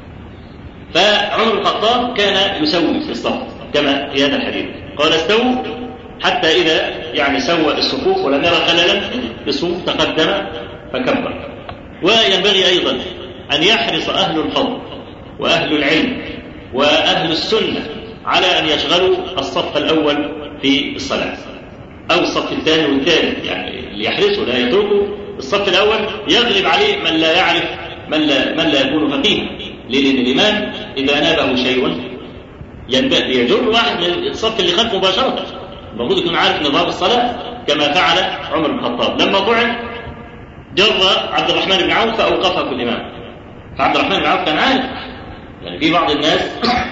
فعمر الخطاب كان يسوي في الصف كما في هذا الحديث، قال استووا حتى إذا يعني سوى الصفوف ولم يرى خللا بالصفوف تقدم فكبر. وينبغي أيضا أن يحرص أهل الفضل وأهل العلم وأهل السنة على أن يشغلوا الصف الأول في الصلاة أو الصف الثاني والثالث، يعني يحرصوا لا يتركوا الصف الأول يغلب عليه من لا يعرف من لا يكون فقيها. لأن الإمام إذا نابه شيء يجر واحد من الصف اللي خلفه مباشرة، المفروض يكون عارف نظام الصلاة كما فعل عمر بن الخطاب لما طعن جر عبد الرحمن بن عوف فأوقفه في الإمام. فعبد الرحمن بن عوف كان عارف، يعني في بعض الناس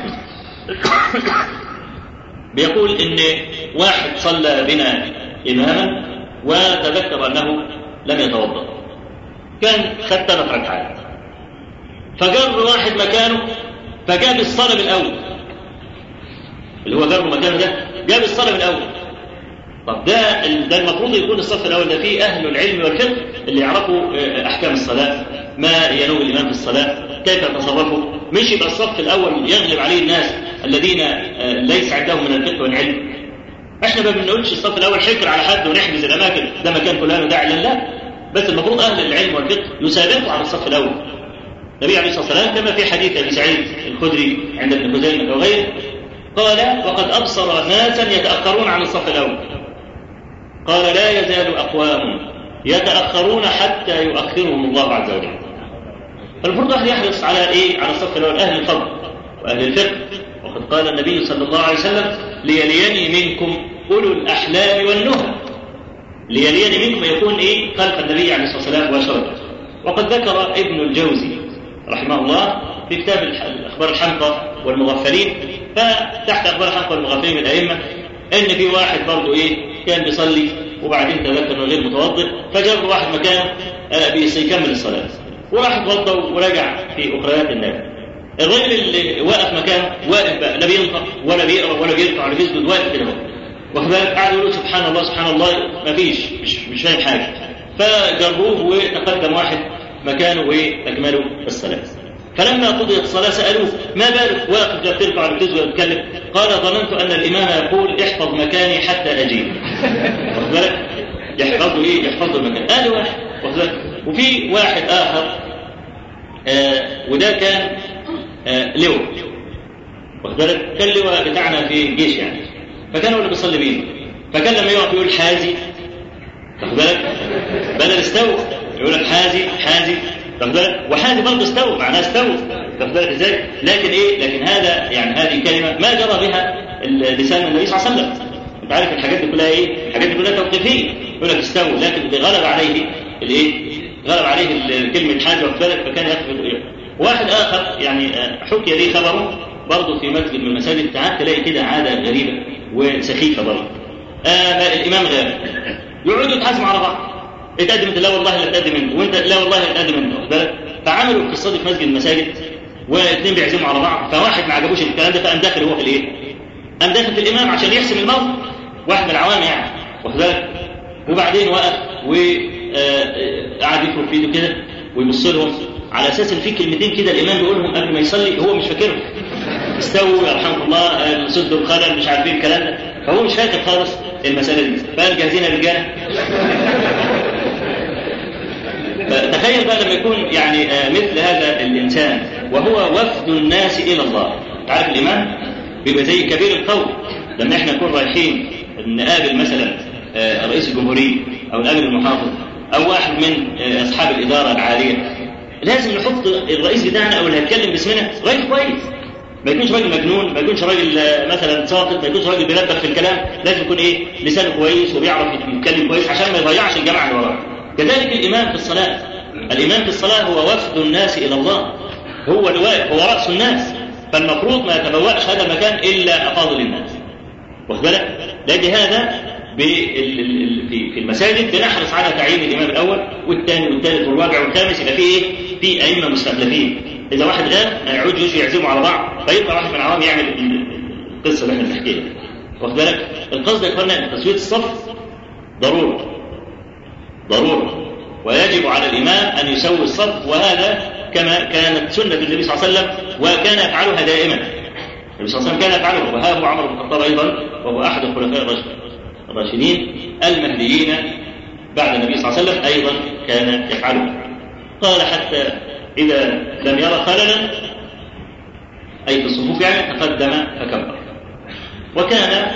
بيقول إن واحد صلى بنا إماما وتذكر أنه لم يتوضأ، كان خد 3 ركعات، فجر واحد مكانه فجاب الصلاة الأول اللي هو جر مكانه ده، جاب الصلاة الأول. طب ده المفروض يكون الصف الأول ده فيه أهل العلم والفقه اللي يعرفوا أحكام الصلاة، ما ينوي الإمام في الصلاة، كيف يتصرفوا، مش يبقى الصف الأول يغلب عليه الناس الذين ليس عندهم من الفقه والعلم. احنا ما بنقولش الصف الأول حكر على حد ونحجز الأماكن، ده مكان فلان وده علان، لا، بس المفروض أهل العلم والفقه يسابقوا على الصف الأول. النبي عليه الصلاة والسلام كما في حديث أبي سعيد الخدري عند ابن خزيمة وغيره قال: وقد أبصر ناسا يتأخرون عن الصف الأول، قال: لا يزال أقوام يتأخرون حتى يؤخرهم الله عز وجل. فالمفروض أهل يحرص على على الصف الأول، أهل الفضل وأهل الفقه. وقد قال النبي صلى الله عليه وسلم: ليليني منكم أولو الأحلام والنهى. ليليني منكم يكون خلف النبي عليه الصلاة والسلام مباشرة. وقد ذكر ابن الجوزي رحمه الله في كتاب أخبار الحمقى والمغفلين، فتحت أخبار الحمقى والمغفلين من الأئمة إن في واحد برضه كان بيصلي وبعدين تذكر انه غير متوضئ، فجاب واحد مكانه بيكمل الصلاة، وراح اتوضى ورجع في أخريات النبي. الراجل اللي واقف مكانه واقف بقى، لا بينطق ولا بيقرا ولا بيركع ولا بيسجد، واقف كده واخد بالك، قاعد يقول سبحان الله سبحان الله، ما فيش مش فاهم حاجه. فجروه وتقدم واحد مكانه وتكملوا الصلاه. فلما قضيت الصلاه سالوه: ما بالك واقف لا بتركع ولا بتسجد ولا بتتكلم؟ قال: ظننت ان الامام يقول احفظ مكاني حتى اجيب. واخد بالك، يحفظوا يحفظوا المكان. قال واحد واخد بالك. وفي واحد اخر وده كان لواء، واخد بالك، كان لواء بتاعنا في الجيش يعني، فكان هو اللي بيصلي بينا، فكان لما يقف يقول حازي، واخد بالك، بدل استوى يقول لك حازي حازي، واخد بالك، وحازي برضه استوى، معناه استوى، واخد بالك ازاي؟ لكن لكن هذا يعني هذه كلمه ما جرى بها لسان النبي صلى الله عليه وسلم. انت عارف الحاجات دي كلها الحاجات دي كلها توقيفيه، يقول لك استوى، لكن اللي غلب عليه غلب عليه كلمه حاجه، واخد بالك، فكان يخفض. واحد اخر يعني حكي لي خبره برضه في مسجد من المساجد، تعال تلاقي كده عاده غريبه وسخيفه برضه. الامام غاب، يقعدوا يتحاسبوا على بعض، اتقدم انت، لا والله لا اتقدم انت، وانت لا والله لا اتقدم انت، واخد بالك. فعملوا القصه دي في مسجد المساجد، واثنين بيعزموا على بعض، فواحد ما عجبوش الكلام ده، فقام داخل هو في قام داخل في الامام عشان يحسم الموقف، واحد من العوام يعني، واخد بالك. وبعدين وقف وقعد يفرق في ايده كده ويبص لهم على اساس ان في كلمتين كده الامام بيقولهم قبل ما يصلي، هو مش فاكرهم. استووا يرحمكم الله، سدوا الخلل، مش عارفين الكلام ده، فهو مش فاكر خالص المساله دي. فقال: جاهزين يا رجاله؟ تخيل بقى لما يكون يعني مثل هذا الانسان وهو وفد الناس الى الله. تعرف الامام بيبقى زي كبير القوم. لما احنا نكون رايحين نقابل مثلا رئيس الجمهوريه او نقابل المحافظ او واحد من اصحاب الاداره العاليه، لازم نحط الرئيس بتاعنا او اللي هيتكلم باسمنا راجل كويس، ما يكونش راجل مجنون، ما يكونش راجل مثلا ساقط، ما يكونش راجل بيلبخ في الكلام، لازم يكون لسانه كويس وبيعرف يتكلم كويس عشان ما يضيعش الجماعه اللي وراه. كذلك الامام في الصلاه، الامام في الصلاه هو وفد الناس الى الله، هو اللي واقف، هو راس الناس، فالمفروض ما يتبوأش هذا المكان الا افاضل الناس، واخد بالك. لأجل هذا في المساجد بنحرص على تعيين الامام الاول والثاني والثالث والرابع والخامس، يبقى في ائمه مستخلفين. اذا واحد غاب ما يقعدوش يعزموا على بعض، فيبقى واحد من العوام يعمل القصه اللي احنا بنحكيها، واخد بالك. القصد يا اخوانا ان تسويه الصف ضروره، ويجب على الامام ان يسوي الصف، وهذا كما كانت سنه النبي صلى الله عليه وسلم وكان يفعلها دائما. النبي صلى الله عليه وسلم كان يفعله، وهذا عمر بن الخطاب ايضا، وهو احد الخلفاء الراشدين المهديين بعد النبي صلى الله عليه وسلم، ايضا كان يفعله. قال: حتى اذا لم يرى خللا، اي في الصفوف يعني، تقدم فكبر. وكان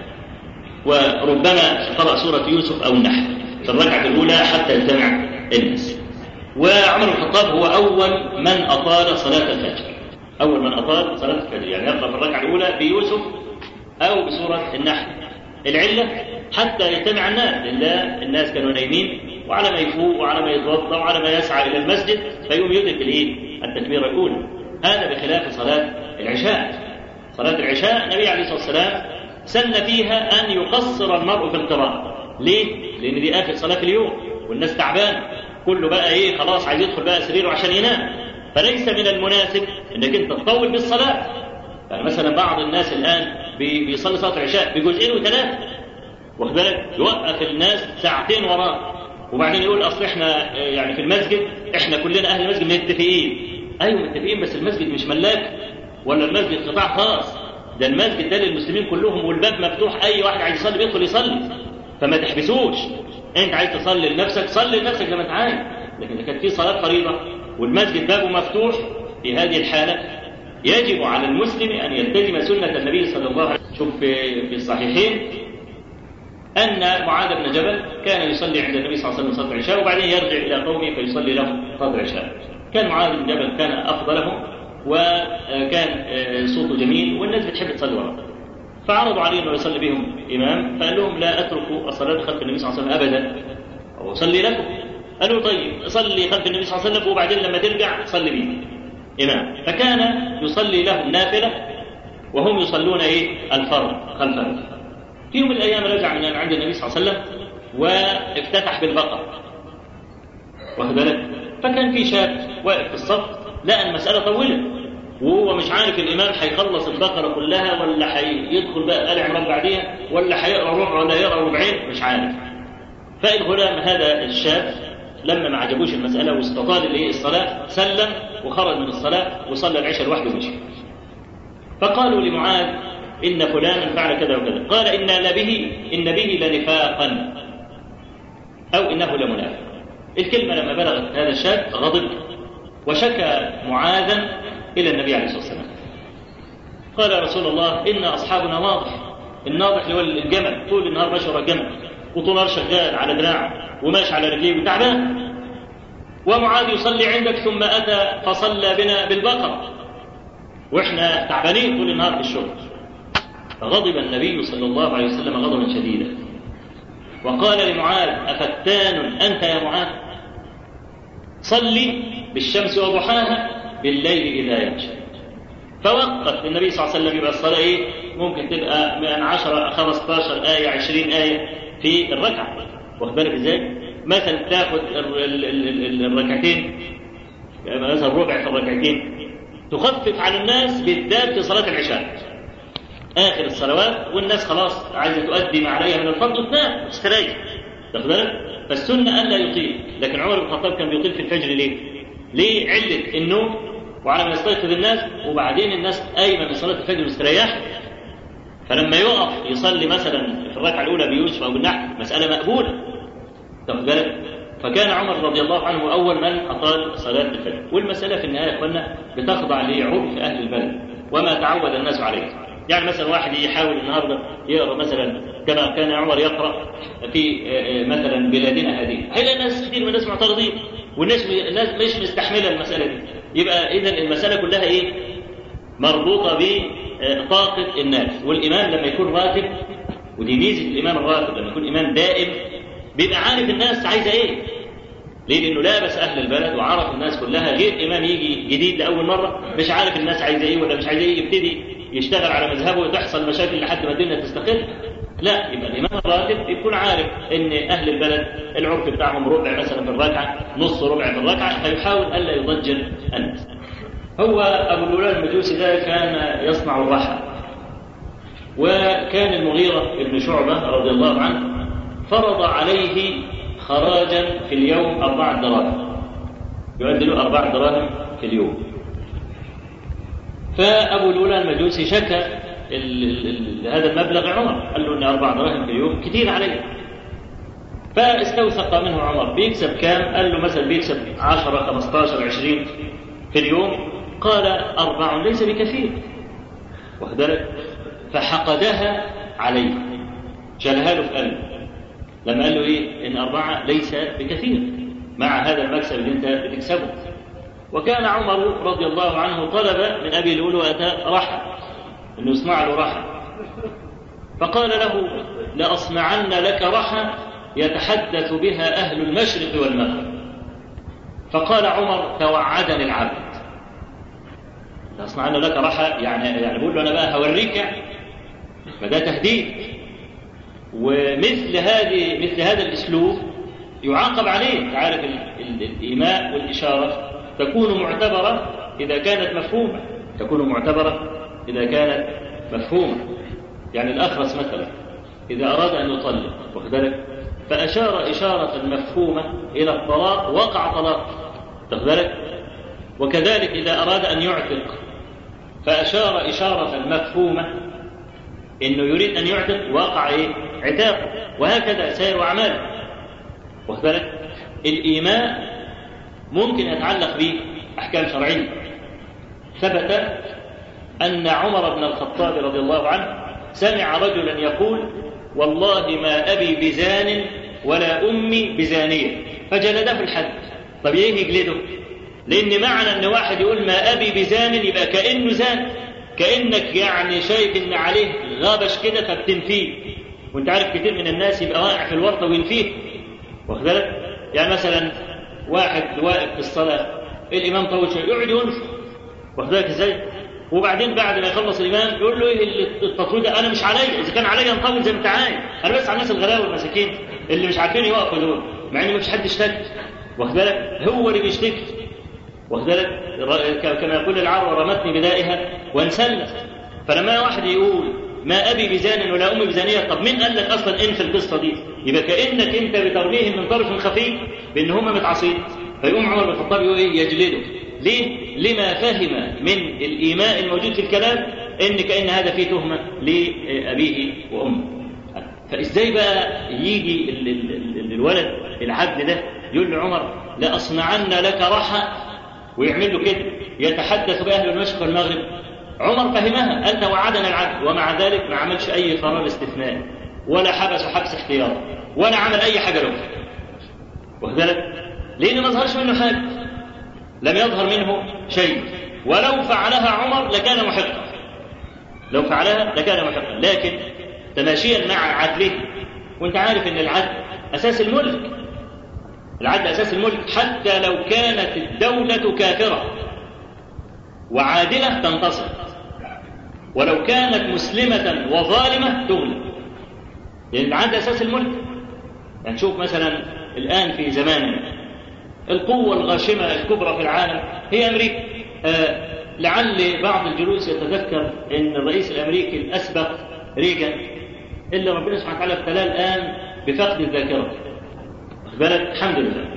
وربما قرأ سورة يوسف او النحل في الركعة الأولى حتى يجتمع الناس. وعمر بن الخطاب هو أول من أطال صلاة الفجر، أول من أطال صلاة الفجر، يعني يقرأ في الركعة الأولى بيوسف أو بسورة النحل. العلة حتى يجتمع الناس، لأن الناس كانوا نايمين، وعلى ما يفوق وعلى ما يتوضأ وعلى ما يسعى إلى المسجد فيقوم يدرك التكبيرة الأولى. هذا بخلاف صلاة العشاء. صلاة العشاء النبي عليه الصلاة والسلام سن فيها أن يقصر المرء في القراءة. ليه؟ لأن دي آخر صلاة في اليوم والناس تعبان، كله بقى خلاص عايز يدخل بقى سريره عشان ينام، فليس من المناسب انك انت تطول بالصلاة. يعني مثلا بعض الناس الآن بيصلي صلاة العشاء بجزئين وثلاثة، واخد بالك، يوقف الناس ساعتين وراه وبعدين يقول أصل إحنا يعني في المسجد إحنا كلنا أهل المسجد متفقين. أيوة متفقين، بس المسجد مش ملاك ولا المسجد قطاع خاص، ده المسجد ده للمسلمين كلهم والباب مفتوح، أي واحد عايز يصلي بيدخل يصلي، فما تحبسوش. أنت عايز تصلي لنفسك صلي لنفسك زي ما أنت عايز، لكن إذا كانت في صلاة فريضة والمسجد بابه مفتوح في هذه الحالة يجب على المسلم أن يلتزم سنة النبي صلى الله عليه وسلم. شوف في الصحيحين أن معاذ بن جبل كان يصلي عند النبي صلى الله عليه وسلم صلاة العشاء وبعدين يرجع إلى قومه فيصلي لهم صلاة العشاء. كان معاذ بن جبل كان أفضلهم وكان صوته جميل والناس بتحب تصلي وراه، فعرضوا عليه أنه يصلي بهم إمام، فقال لهم لا أترك الصلاة خلف النبي صلى الله عليه وسلم أبدا وأصلي لكم. قالوا طيب صلي خلف النبي صلى الله عليه وسلم وبعدين لما ترجع صلي بهم إمام. فكان يصلي لهم نافلة وهم يصلون الفرض خلفه. في يوم من الأيام رجع من عند النبي صلى الله عليه وسلم وافتتح بالبقرة، واخد بالك؟ فكان في شاب واقف في الصف لقى المسألة طويلة وهو مش عارف الإمام هيخلص البقرة كلها ولا هيدخل بقى آل عمران بعديها ولا هيقرأ ربع ولا يقرأ ربعين، مش عارف. فالغلام هذا الشاب لما ما عجبوش المسألة واستطال الصلاة سلم وخرج من الصلاة وصلى العشاء لوحده ومشي. فقالوا لمعاذ إن فلانا فعل كذا وكذا، قال إن به لنفاقا أو إنه لمنافق. الكلمة لما بلغت هذا الشاب غضب وشكى معاذا إلى النبي عليه الصلاة والسلام. قال يا رسول الله إن أصحابنا واضح، الناضح اللي هو الجمل طول النهار ماشي ورا الجمل وطول النهار شغال على دراعه وماشي على رجليه وتعبان، ومعاذ يصلي عندك ثم أتى فصلى بنا بالبقرة وإحنا تعبانين طول النهار في الشغل. فغضب النبي صلى الله عليه وسلم غضبا شديدا وقال لمعاذ أفتان أنت يا معاذ؟ صلي بالشمس وضحاها بالليل إذا يغشى. فوقت النبي صلى الله عليه وسلم. يبقى الصلاة ممكن تبقى من 10 15 آية 20 آية في الركعة، واخد بالك ازاي؟ مثلا تاخد الركعتين مثلا ربع في الركعتين، تخفف على الناس بالذات في صلاة العشاء آخر الصلوات والناس خلاص عايزة تؤدي ما عليها من الفرض وتنام وتستريح، واخد بالك؟ فالسنة ألا يطيل، لكن عمر بن الخطاب كان بيطيل في الفجر ليه؟ علة النوم وعلى ما يستيقظ الناس وبعدين الناس قايمة من صلاة الفجر مستريح، فلما يقف يصلي مثلا في الركعة الأولى بيوسف أو بالنحل مسألة مقبولة، واخد بالك؟ فكان عمر رضي الله عنه أول من أطال صلاة الفجر. والمسألة في النهاية يا إخوانا بتخضع لعرف أهل البلد وما تعود الناس عليه. يعني مثلا واحد يحاول النهارده يقرأ مثلا كما كان عمر يقرأ في مثلا بلادنا هذه، هيلاقي ناس كثير من الناس معترضين والناس مش مستحملة المسألة دي. يبقى إذن المسألة كلها مربوطة بطاقة الناس. والإمام لما يكون راتب، ودي ميزة الإمام الراتب لما يكون إمام دائم، بيبقى عارف الناس عايزة ليه؟ لأنه لابس أهل البلد وعرف الناس كلها، غير إمام يجي جديد لأول مرة مش عارف الناس عايزة ولا مش عايزة يبتدي يشتغل على مذهبه وتحصل مشاكل لحد ما الدنيا تستقر. لا، يبقى الإمام الراتب يكون عارف إن أهل البلد العرف بتاعهم ربع مثلا في الركعة، نص ربع في الركعة، فيحاول ألا يضجر الناس. هو أبو الولاد المجوسي ده كان يصنع الرحى، وكان المغيرة بن شعبة رضي الله عنه فرض عليه خراجا في اليوم 4 دراهم، يؤدي له 4 دراهم في اليوم. فأبو الولاد المجوسي شكى هذا المبلغ عمر، قال له إن 4 دراهم في اليوم كتير عليه. فاستوثق منه عمر بيكسب كام؟ قال له مثلا بيكسب 10 15 20 في اليوم. قال 4 ليس بكثير، واخد بالك؟ فحقدها عليه، شالها له في قلبه لما قال له إن 4 ليس بكثير مع هذا المكسب اللي أنت بتكسبه. وكان عمر رضي الله عنه طلب من أبي لؤلؤة رحى، أنه يصنع له رحى، فقال له لأصنعن لك رحى يتحدث بها أهل المشرق والمغرب. فقال عمر توعدني العبد، لأصنعن لك رحى يعني بقول له أنا بقى هوريك، فده تهديد. ومثل هذا الأسلوب يعاقب عليه. عارف الإيماء والإشارة تكون معتبرة إذا كانت مفهومة، تكون معتبرة إذا كانت مفهومة. يعني الأخرس مثلا إذا أراد أن يطلق، واخد بالك؟ فأشار إشارة مفهومة إلى الطلاق وقع طلاق، واخد بالك؟ وكذلك إذا أراد أن يعتق فأشار إشارة مفهومة إنه يريد أن يعتق وقع عتاق، وهكذا سائر أعماله، واخد بالك؟ الإيماء ممكن يتعلق به أحكام شرعية. ثبت أن عمر بن الخطاب رضي الله عنه سمع رجلا يقول: والله ما أبي بزان ولا أمي بزانية، فجلده الحد. طب إيه يجلده؟ لأن معنى أن واحد يقول ما أبي بزان يبقى كأنه زان، كأنك يعني شايف إن عليه غابش كده فبتنفيه، وأنت عارف كتير من الناس يبقى واقع في الورطة وينفيه، واخد بالك؟ يعني مثلا واحد واقف في الصلاة، الإمام طول شوية يقعد ينفي، واخد بالك إزاي؟ وبعدين بعد ما يخلص الإمام يقول له إيه التطويل ده؟ أنا مش عليا، إذا كان عليا نطول زي ما أنت عايز، أنا بس على الناس الغلابة والمساكين اللي مش عارفين يوقفوا دول، مع إن مفيش حد اشتكى، واخد بالك؟ هو اللي بيشتكي، واخد بالك؟ كما يقول العرب: رمتني بدائها وانسلت. فلما واحد يقول ما أبي بزان ولا أمي بزانية، طب مين قال لك أصلا إن في القصة دي؟ يبقى كأنك أنت بترميهم من طرف خفي بأن هم متعصين. فيقوم عمر بن الخطاب يقول إيه؟ يجلده. ليه؟ لما فهم من الإيماء الموجود في الكلام إن كأن هذا فيه تهمة لأبيه وأمه. فإزاي بقى يجي الولد العبد ده يقول لعمر: لأصنعن لك رحى، ويعمل له كده يتحدث بأهل المشرق والمغرب؟ عمر فهمها، قال: توعدنا العدل، ومع ذلك ما عملش أي قرار استثناء ولا حبس حبس احتياطي ولا عمل أي حاجة له، واخد بالك؟ لأنه ما ظهرش منه حاجة، لم يظهر منه شيء، ولو فعلها عمر لكان محقا، لو فعلها لكان محقا، لكن تماشيا مع عدله. وانت عارف ان العدل أساس الملك، العدل أساس الملك، حتى لو كانت الدولة كافرة وعادلة تنتصر، ولو كانت مسلمة وظالمة تغلب، لأن العدل أساس الملك. يعني نشوف مثلا الآن في زماننا القوة الغاشمة الكبرى في العالم هي أمريكا. لعل بعض الجلوس يتذكر أن الرئيس الأمريكي الأسبق ريغان، إلا ربنا سبحانه وتعالى ابتلاه الآن بفقد الذاكرة، واخد بالك؟ الحمد لله.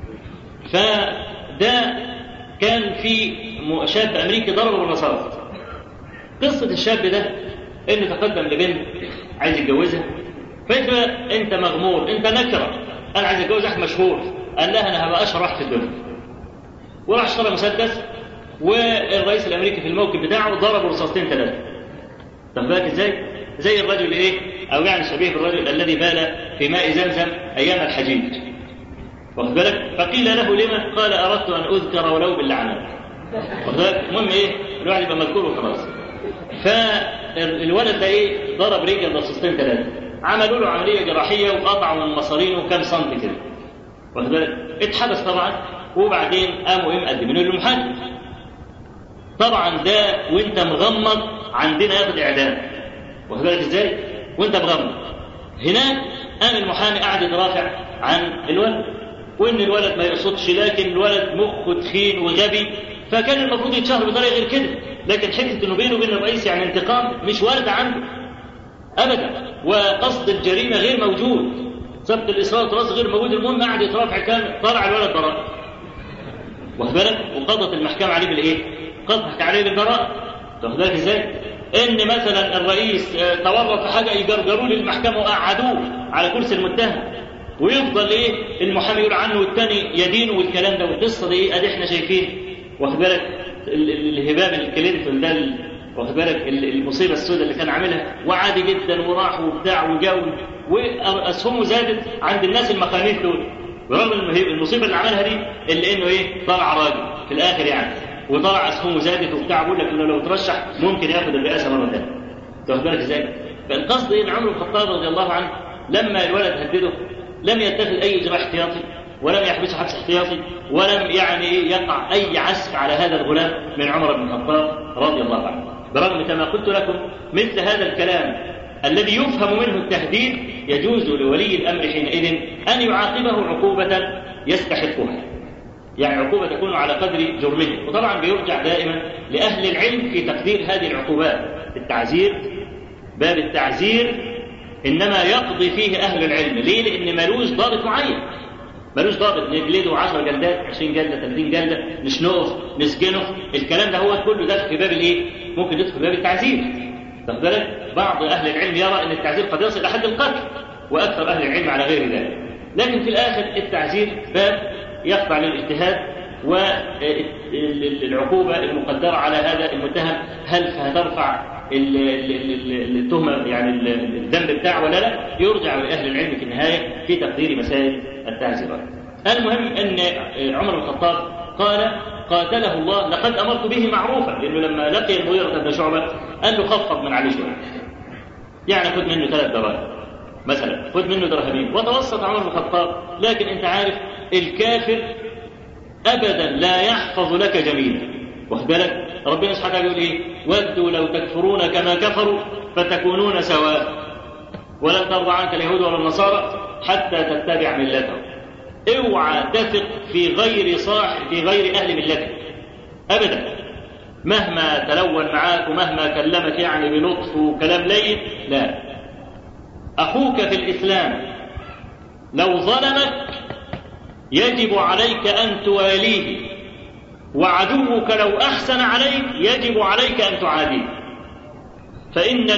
فده كان في شاب أمريكي ضربه بالرصاص. قصة الشاب ده إنه تقدم لبنت عايز يتجوزها، فأنت مغمور، أنت نكرة، أنا عايز أتجوز واحد مشهور، قال لها أنا هبقى أشهر واحد في الدنيا، وراح اشترى مسدس، والرئيس الأمريكي في الموكب بتاعه ضربه رصاصتين ثلاثة. طب بالك إزاي؟ زي الرجل إيه؟ أو يعني شبيه بالرجل الذي بال في ماء زمزم أيام الحجيج، واخد بالك؟ فقيل له لما؟ قال: أردت أن أذكر ولو باللعنات، واخد بالك؟ المهم إيه؟ الواحد يبقى مذكور وخلاص. فالولد ده إيه؟ ضرب رجل رصاصتين ثلاثة، عملوا له عملية جراحية وقطعوا من مصارينه كام سنتي كده، واخد بالك؟ اتحبس طبعا، وبعدين قاموا مقدمينه للمحاكم. طبعا ده وانت مغمض عندنا ياخد اعدام، واخد بالك ازاي؟ وانت مغمض. هناك قام المحامي قاعد يترافع عن الولد، وان الولد ما يقصدش، لكن الولد مخه تخين وغبي، فكان المفروض يتشهر بطريقه غير كده، لكن حته انه بينه وبين الرئيس يعني انتقام مش وارد عنده ابدا، وقصد الجريمه غير موجود، سبب الإصرار والتراص غير موجود. المهم قاعد يترافع، كان طلع الولد براء، واخد بالك؟ وقضت المحكمة عليه بالإيه؟ قضت عليه بالبراءة، واخد بالك إزاي؟ إن مثلا الرئيس تورط في حاجة يجرجروه للمحكمة وقعدوه على كرسي المتهم، ويفضل إيه؟ المحامي يقول عنه والتاني يدينه والكلام ده، والقصة دي إيه؟ أدي إحنا شايفين، واخد بالك؟ الهباب الكلينتون ده، واخد بالك؟ المصيبة السوداء اللي كان عاملها، وعادي جدا وراح وبتاع وجاوب، وأسهمه زادت عند الناس المقامين دول، برغم المصيبة اللي عملها دي اللي إنه إيه؟ طلع راجل في الآخر يعني، وطلع أسهمه زادت وبتاع، بيقول لك إنه لو ترشح ممكن ياخد الرئاسة مرة ثانية، واخد بالك إزاي؟ فالقصد إن عمر بن الخطاب رضي الله عنه لما الولد هدده لم يتخذ أي إجراء احتياطي، ولم يحبسه حبس احتياطي، ولم يعني يقع أي عسف على هذا الغلام من عمر بن الخطاب رضي الله عنه، برغم كما قلت لكم مثل هذا الكلام الذي يفهم منه التهديد يجوز لولي الأمر حينئذ أن يعاقبه عقوبة يستحقها، يعني عقوبة تكون على قدر جرمه. وطبعا بيرجع دائما لأهل العلم في تقدير هذه العقوبات. التعزير، باب التعزير إنما يقضي فيه أهل العلم. ليه؟ لأن ملوش ضابط معين، ملوش ضابط نجلده 10 جلدات 20 جلدة 30 جلدة نشنقه نسجنه. الكلام ده هو كله داخل في باب الإيه؟ ممكن يدخل في باب التعزير. واخد بالك؟ بعض أهل العلم يرى أن التعزير قد يصل إلى حد القتل، وأكثر أهل العلم على غير ذلك. لكن في الآخر التعزير باب يخضع للاجتهاد، والعقوبة المقدرة على هذا المتهم هل هترفع التهمة يعني الذنب بتاعه ولا لا، يرجع لأهل العلم في النهاية في تقدير مسائل التعزيرات. المهم أن عمر بن الخطاب قال قاتله الله لقد أمرت به معروفا، لأنه لما لقي المغيرة بن شعبة قال له خفض من عليه شوية، يعني خذ منه 3 دراهم مثلا، خذ منه درهمين، وتوسط عمر بن الخطاب. لكن أنت عارف الكافر أبدا لا يحفظ لك جميلا. واخد بالك؟ ربنا سبحانه وتعالى يقول إيه؟ ودوا لو تكفرون كما كفروا فتكونون سواء ولن ترضى عنك اليهود ولا النصارى حتى تتبع ملتهم. اوعى تثق في غير صاحب، في غير أهل ملتك أبدا، مهما تلون معاك ومهما كلمك يعني بلطف وكلام لين. لا، أخوك في الإسلام لو ظلمك يجب عليك أن تواليه، وعدوك لو أحسن عليك يجب عليك أن تعاديه. فإن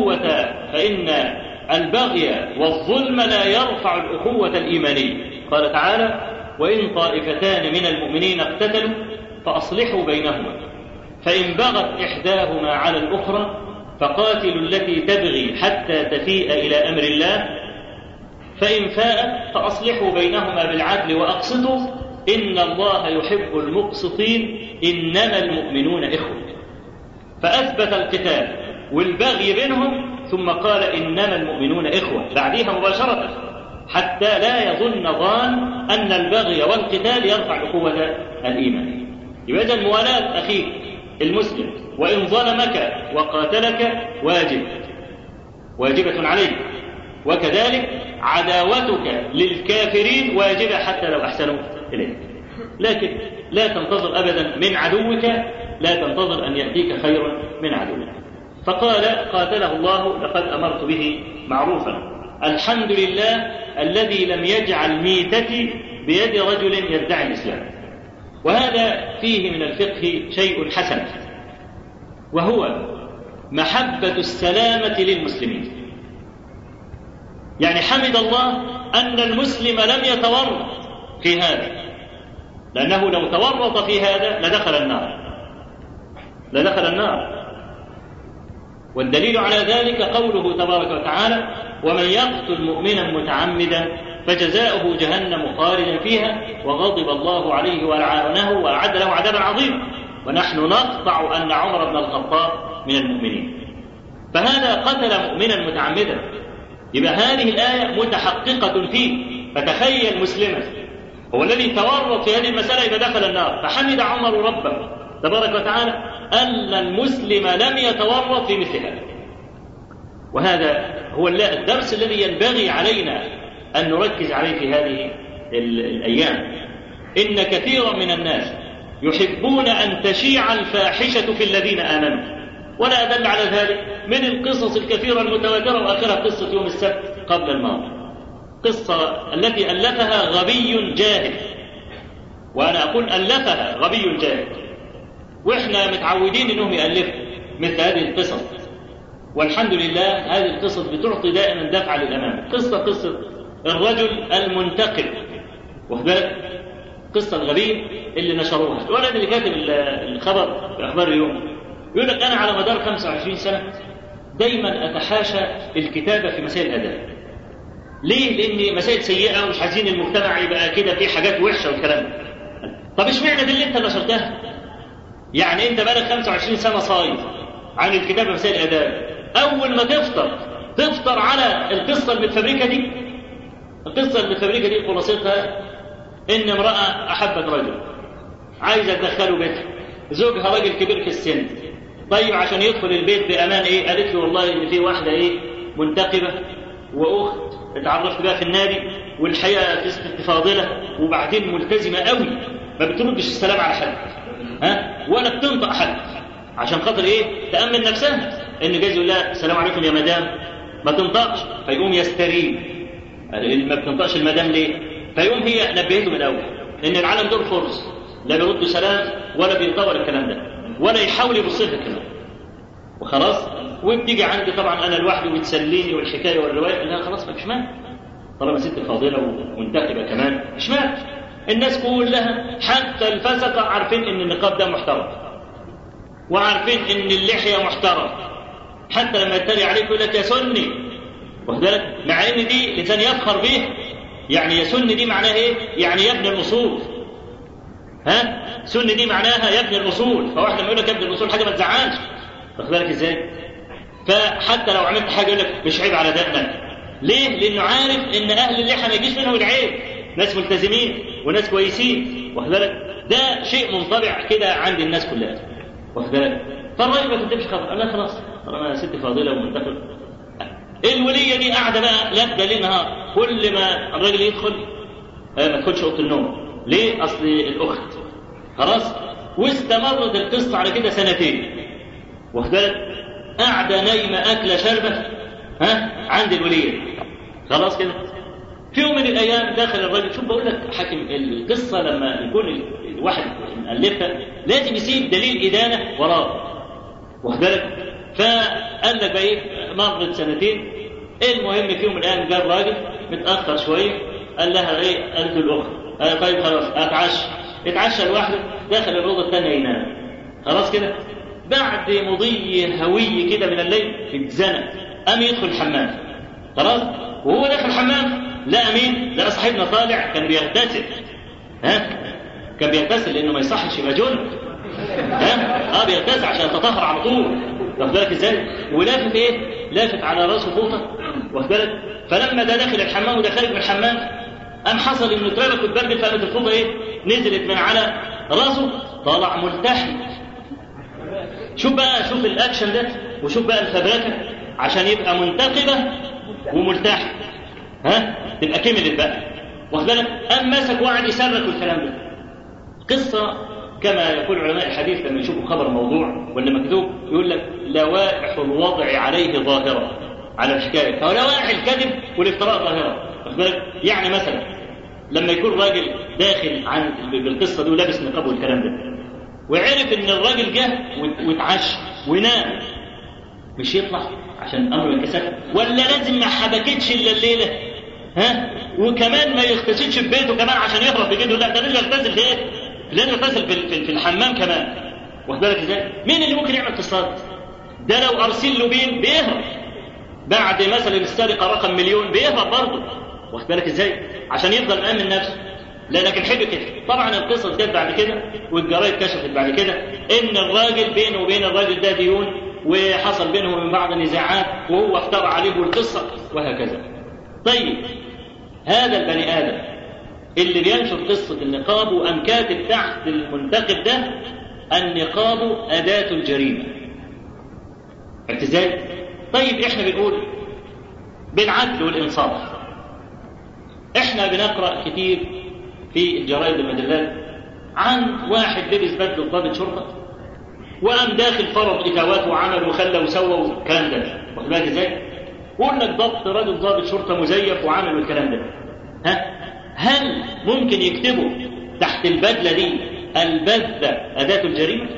البغي والظلم لا يرفع الأخوة الإيمانية. قال تعالى: وإن طائفتان من المؤمنين اقتتلوا فأصلحوا بينهما فإن بغت إحداهما على الأخرى فقاتلوا التي تبغي حتى تفيء إلى أمر الله فإن فاءت فأصلحوا بينهما بالعدل وأقسطوا إن الله يحب المقسطين إنما المؤمنون إخوة. فأثبت القتال والبغي بينهم ثم قال إنما المؤمنون إخوة بعدها مباشرة، حتى لا يظن ظان أن البغي والقتال يرفع الأخوة الإيمانية. يبقى إذن موالاة أخيك المسلم وإن ظلمك وقاتلك واجبة عليك، وكذلك عداوتك للكافرين واجبة حتى لو أحسنوا إليك. لكن لا تنتظر أبدا من عدوك، لا تنتظر أن يأتيك خير من عدوك. فقال قاتله الله لقد أمرت به معروفا. الحمد لله الذي لم يجعل ميتتي بيد رجل يدعي الإسلام. وهذا فيه من الفقه شيء حسن، وهو محبة السلامة للمسلمين. يعني حمد الله أن المسلم لم يتورط في هذا، لأنه لو تورط في هذا لدخل النار. والدليل على ذلك قوله تبارك وتعالى: ومن يقتل مؤمنا متعمدا فجزاؤه جهنم خالدا فيها وغضب الله عليه ولعنه وأعد له عذابا عظيما. ونحن نقطع أن عمر بن الخطاب من المؤمنين، فهذا قتل مؤمنا متعمدا. يبقى هذه الآية متحققة فيه. فتخيل مسلما هو الذي تورط في هذه المسألة يبقى دخل النار. فحمد عمر ربه تبارك وتعالى أن المسلم لم يتورط في مثل هذا. وهذا هو الدرس الذي ينبغي علينا أن نركز عليه في هذه الأيام. إن كثيرا من الناس يحبون أن تشيع الفاحشة في الذين آمنوا، ولا أدل على ذلك من القصص الكثيرة المتواترة، وآخرها قصة يوم السبت قبل الماضي، قصة التي ألفها غبي جاهل. وأنا أقول ألفها غبي جاهل، وإحنا متعودين أنهم يألفوا مثل هذه القصص، والحمد لله هذه القصص بتعطي دائما دفعة للأمام. قصة الرجل المنتقل، وخبالك قصة الغبي اللي نشروها. الولد اللي كاتب الخبر في أخبار اليوم يقول لك: أنا على مدار 25 سنة دايما أتحاشى الكتابة في مسائل الأدب. ليه؟ لأن مسائل سيئة ومش عايزين المجتمع يبقى كده في حاجات وحشة والكلام ده. طب اشمعنى دي اللي أنت نشرتها؟ يعني أنت بقالك 25 سنة صايم عن الكتابة في مسائل الأدب، أول ما تفطر على القصة المتفبركة دي. القصة المتفبركة دي خلاصتها إن امرأة أحبت رجل عايزة تدخله بيتها، زوجها راجل كبير في السن. طيب عشان يدخل البيت بأمان إيه؟ قالت له والله إن في واحدة إيه منتقبة وأخت اتعرفت بها في النادي، والحقيقة قصة فاضلة، وبعدين ملتزمة قوي، ما بتردش السلام على حد ولا بتنطق حد، عشان خاطر إيه؟ تأمن نفسها إن جايز يقول لها السلام عليكم يا مدام، ما تنطقش، فيقوم يستريم. ما بتنطقش المدام ليه؟ فيقوم هي نبهته من الاول ان العالم دول فرص، لا بيردوا سلام ولا بينطقوا الكلام ده ولا يحاول يبص لها كمان وخلاص. وبتيجي عندي طبعا انا لوحدي وتسليني والحكايه والروايه، لا خلاص مش مانع طالما ست فاضله ومنتخبه كمان، مش مانع. الناس كلها حتى الفسقه عارفين ان النقاب ده محترم وعارفين ان اللحيه محترم، حتى لما يتريق عليك يقول لك يا سني، واخد بالك؟ مع ان دي الانسان يفخر به. يعني يا سني دي معناها ايه؟ يعني يا ابن الاصول. ها؟ سني دي معناها يا ابن الاصول، فواحد لما يقول لك يا ابن الاصول حاجه ما تزعلش، واخد بالك ازاي؟ فحتى لو عملت حاجه يقول لك مش عيب على دقنك. ليه؟ لانه عارف ان اهل اللحى ما يجيش منهم العيب، ناس ملتزمين وناس كويسين، واخد بالك؟ ده شيء منطبع كده عند الناس كلها، واخد بالك؟ فالراجل ما تكتبش خبر، لا خلاص طالما ست فاضله ومنتخب. الوليه دي قاعده بقى لابده ليل نهار، كل ما الراجل يدخل ما تدخلش اوضه النوم. ليه؟ اصل الاخت خلاص. واستمرت القصه على كده سنتين، واخد بالك؟ قاعده نايمه اكله شربه عند الوليه خلاص كده. في يوم من الايام داخل الراجل، شوف بقول لك حاكم القصه لما يكون الواحد مؤلفها لازم يسيب دليل ادانه وراه، واخد بالك؟ فقال لك بقى ايه، مرت سنتين. المهم في يوم من الايام جاء الراجل متاخر شويه، قال لها ايه؟ قالت له الاخت طيب خلاص اتعشى لوحده، داخل الاوضه الثانيه ينام خلاص كده. بعد مضي هوي كده من الليل في الزنق قام يدخل الحمام خلاص. وهو داخل الحمام لقى مين؟ لقى صاحبنا طالع كان بيغتسل. كان بيغتسل لانه ما يصحش يبقى جنب. بيغتسل عشان يتطهر على طول، واخد بالك ازاي؟ ولافت ايه؟ لافت على راسه فوطه، واخد بالك؟ فلما ده داخل الحمام وده خارج من الحمام قام حصل انه اتربك واتبرد، فقامت الفوطه ايه؟ نزلت من على راسه، طالع ملتحي. شوف الاكشن ده، وشوف بقى الفبركه عشان يبقى منتقبه وملتحي، تبقى كملت بقى، واخد بالك؟ قام مسك وقعد يصرخ والكلام ده. قصه كما يقول علماء الحديث لما يشوفوا خبر موضوع ولا مكذوب يقول لك لوائح الوضع عليه ظاهره على الحكايه، او لوائح الكذب والافتراء ظاهره، واخد بالك؟ يعني مثلا لما يكون راجل داخل بالقصه دي ولابس نقاب والكلام ده، وعرف ان الراجل جه واتعشى ونام، مش يطلع عشان امر الكسل؟ ولا لازم ما حبكتش الا الليله وكمان ما يغتسلش في بيته كمان عشان يهرب بجده؟ لا، ده لازم يغتسل في ايه؟ لازم يغتسل في الحمام كمان، واخد بالك ازاي؟ مين اللي ممكن يعمل قصات؟ ده لو ارسل له بين بيهرب، بعد مثلا السرقه رقم مليون بيهرب برضه، واخد بالك ازاي؟ عشان يفضل مأمن نفسه. لا لكن حلو كده. طبعا القصه جت بعد كده والجرايد كشفت بعد كده ان الراجل بينه وبين الراجل ده ديون، وحصل بينهم وبين بعض نزاعات، وهو افترى عليه القصه وهكذا. طيب هذا البني ادم اللي بينشر قصه النقاب وقام كاتب تحت المنتقد ده النقاب اداه الجريمه. عرفت ازاي؟ طيب احنا بنقول بالعدل والانصاف. احنا بنقرا كتير في الجرائد والمجلات عن واحد لبس بدله ضابط شرطه وقام داخل فرض اتاوات وعمل وخلى وسوى والكلام ده، واخد بالك ازاي؟ وقول لك ضبط رجل ضابط شرطه مزيف وعمل والكلام ده. هل ممكن يكتبوا تحت البدله دي البدله اداه الجريمه؟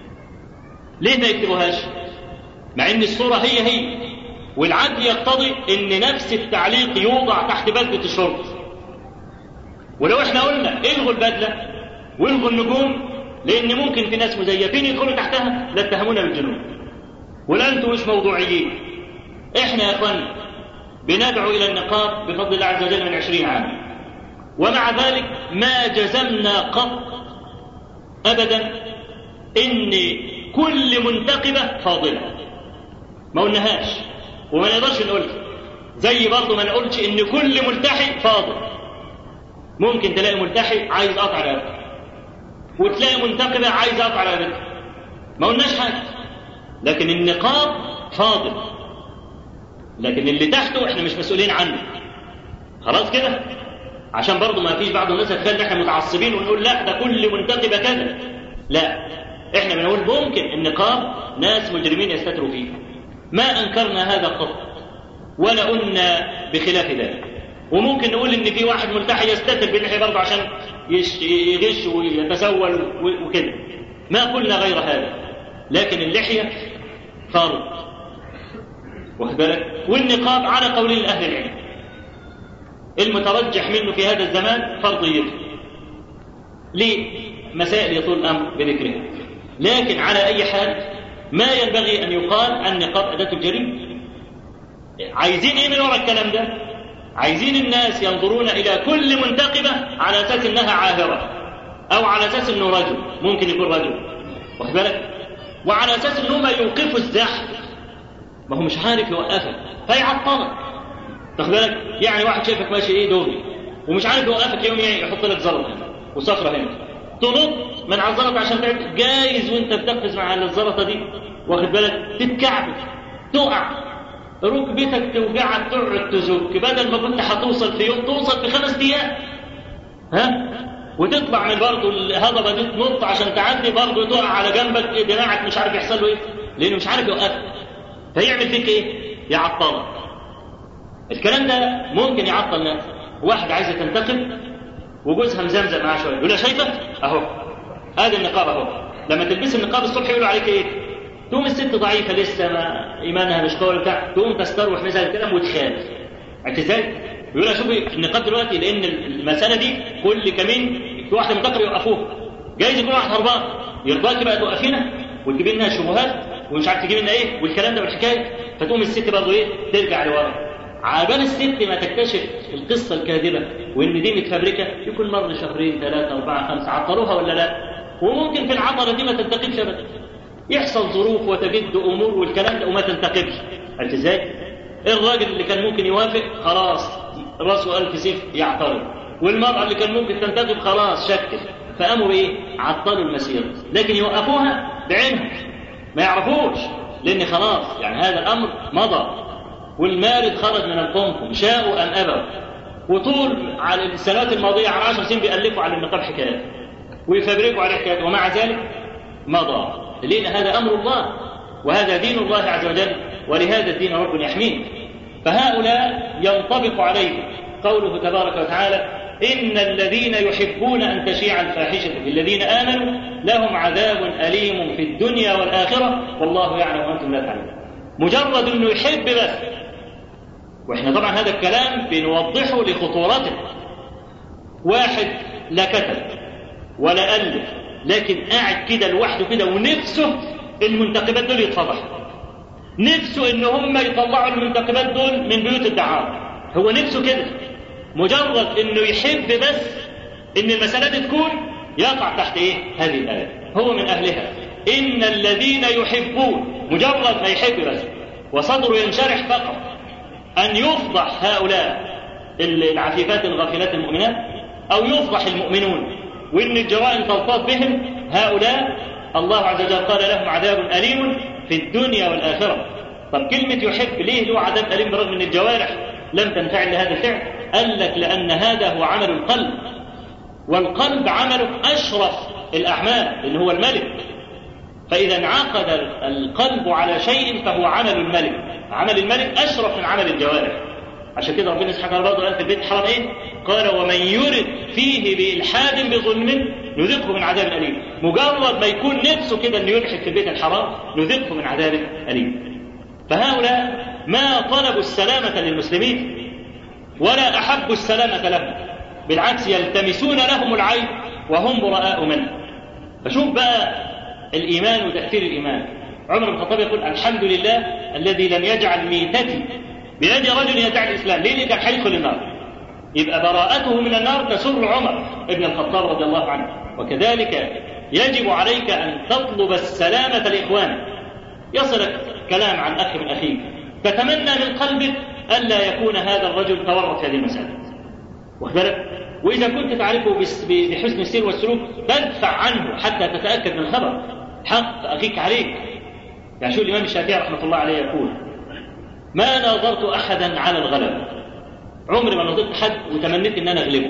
ليه ما يكتبوهاش؟ مع ان الصوره هي والعدل يقتضي ان نفس التعليق يوضع تحت بدله الشرطه. ولو احنا قلنا الغوا البدله والغوا النجوم، لان ممكن في ناس مزيفين يدخلوا تحتها لاتهمونا بالجنون، ولا انتم مش موضوعيين. احنا يا اخوان بندعو الى النقاب بفضل الله عز وجل من 20 عام، ومع ذلك ما جزمنا قط ابدا ان كل منتقبه فاضله، ما قلناهاش وما نقدرش نقولها. زي برضه ما نقولش ان كل ملتحي فاضل. ممكن تلاقي ملتحي عايز قطع رقبته وتلاقي منتقبه عايز قطع رقبته، ما قلناش حاجه. لكن النقاب فاضل، لكن اللي تحته احنا مش مسؤولين عنه، خلاص كده؟ عشان برضه ما فيش بعض الناس تخيل احنا متعصبين ونقول لا ده كل منتقبه كذا. لا، احنا بنقول ممكن النقاب ناس مجرمين يستتروا فيه، ما انكرنا هذا قط، ولا قلنا بخلاف ذلك. وممكن نقول ان في واحد ملتحي يستتر باللحية برضه عشان يغش ويتسول وكده، ما قلنا غير هذا، لكن اللحية فرض، واخد بالك؟ والنقاب على قولين أهل العلم المترجح منه في هذا الزمان فرضيته، ليه؟ مسائل يطول الأمر بذكرها، لكن على أي حال ما ينبغي أن يقال النقاب أداة الجريمة. عايزين إيه من وراء الكلام ده؟ عايزين الناس ينظرون إلى كل منتقبة على أساس إنها عاهرة، أو على أساس إنه رجل، ممكن يكون رجل، واخد بالك؟ وعلى أساس إنهم يوقفوا الزحف، ما هو مش عارف يوقفك فيعطلك، واخد بالك؟ يعني واحد شايفك ماشي إيه دوري ومش عارف يوقفك، يوم يحط لك زلطة هنا وصفرة هنا، تنط من على الزلطة عشان تعمل جايز وأنت بتقفز مع الزلطة دي، واخد بالك؟ تتكعبل، تقع، ركبتك توجعك، تقعد تزك، بدل ما كنت هتوصل في يوم توصل في 5 أيام، ها؟ وتطلع من برضه الهضبة دي تنط عشان تعدي، برضه تقع على جنبك، دراعك مش عارف يحصل له ايه، لانه مش عارف يوقفك، فيعمل فيك ايه؟ يعطلك. الكلام ده ممكن يعطل ناس. واحد عايزه تنتقم وجوزها مزمزق معاه شويه، يقول لها شايفه اهو ادي النقاب اهو، لما تلبس النقاب الصبح يقولوا عليك ايه؟ تقوم الست ضعيفه لسه ما ايمانها مش قوي بتاع، تقوم تستروح مثل الكلام وتخاف. عرفت ازاي؟ يقول لها شوفي النقاب دلوقتي، لان المساله دي كل كمين في واحده منتقبه يوقفوها، جايز يكون واحد هربان، يرضاكي بقى توقفينا وتجيبي لنا شبهات ومش عارف تجيبي لنا ايه والكلام ده والحكايه، فتقوم الست برضه ايه؟ ترجع لورا. عبال الست ما تكتشف القصه الكاذبه وان دي متفبركه، يكون مر 2 3 4 5 عطلوها ولا لا؟ وممكن في العطله دي ما تنتقبش ابدا، يحصل ظروف وتجد امور والكلام ده وما تنتقبش. عرفت ازاي؟ الراجل اللي كان ممكن يوافق خلاص راسه 1000 سيف يعترض، والمرأة اللي كان ممكن تنتقب خلاص شكت، فقاموا ايه؟ عطلوا المسيرة، لكن يوقفوها بعينها ما يعرفوش، لان خلاص يعني هذا الامر مضى والمارد خرج من القنقم شاءوا ام ابوا. وطول على السنوات الماضية على 10 سنين بيألفوا على النقاب حكايات ويفبركوا عليه حكايات، ومع ذلك مضى، لان هذا امر الله وهذا دين الله عز وجل، ولهذا الدين رب يحميه. فهؤلاء ينطبق عليهم قوله تبارك وتعالى: إن الذين يحبون أن تشيع الفاحشة في الذين آمنوا لهم عذاب أليم في الدنيا والآخرة والله يعلم وأنتم لا تعلمون. مجرد أنه يحب بس، وإحنا طبعا هذا الكلام بنوضحه لخطورته. واحد لا كتب ولا ألف، لكن قاعد كده لوحده كده ونفسه المنتقبات دول يتفضحوا، نفسه ان هم يطلعوا المنتقبات دول من بيوت الدعارة، هو نفسه كده، مجرد انه يحب بس ان المسألة دي تكون يقع تحت ايه؟ هذه الآية، هو من اهلها. ان الذين يحبون، مجرد ما يحب بس وصدره ينشرح فقط ان يفضح هؤلاء العفيفات الغافلات المؤمنات، او يفضح المؤمنون وان الجرائم تلطف بهم، هؤلاء الله عز وجل قال لهم عذاب أليم في الدنيا والآخرة. طب كلمة يحب ليه له عذاب أليم برغم من الجوارح لم تنفعل لهذا الفعل؟ قال لك لأن هذا هو عمل القلب، والقلب عمله أشرف الأعمال اللي هو الملك، فإذا انعقد القلب على شيء فهو عمل الملك، عمل الملك أشرف من عمل الجوارح. عشان كده ربنا سبحانه وتعالى قال في البيت الحرام ايه؟ قال: ومن يرد فيه بإلحاد بظلم نذقه من عذاب أليم. مجرد ما يكون نفسه كده انه يلحد في البيت الحرام نذقه من عذاب أليم. فهؤلاء ما طلبوا السلامة للمسلمين ولا أحبوا السلامة لهم، بالعكس يلتمسون لهم العيب وهم براء منه. فشوف بقى الإيمان وتأثير الإيمان. عمر بن الخطاب يقول: الحمد لله الذي لم يجعل ميتتي بيد رجل يدعي الإسلام، ليه؟ كان هيدخل النار. يبقى براءته من النار تسر عمر بن الخطاب رضي الله عنه. وكذلك يجب عليك أن تطلب السلامة لإخوانك. يصلك كلام عن أخ من أخيك تتمنى من قلبك ألا يكون هذا الرجل تورط هذه المسألة، وإذا كنت تعرفه بحسن السير والسلوك فادفع عنه حتى تتأكد من الخبر، حق أخيك عليك. يعني شو الإمام الشافعي رحمة الله عليه يقول: ما ناظرت أحدا على الغلبة، عمري ما ناظرت حد وتمنيت أن أنا أغلبه.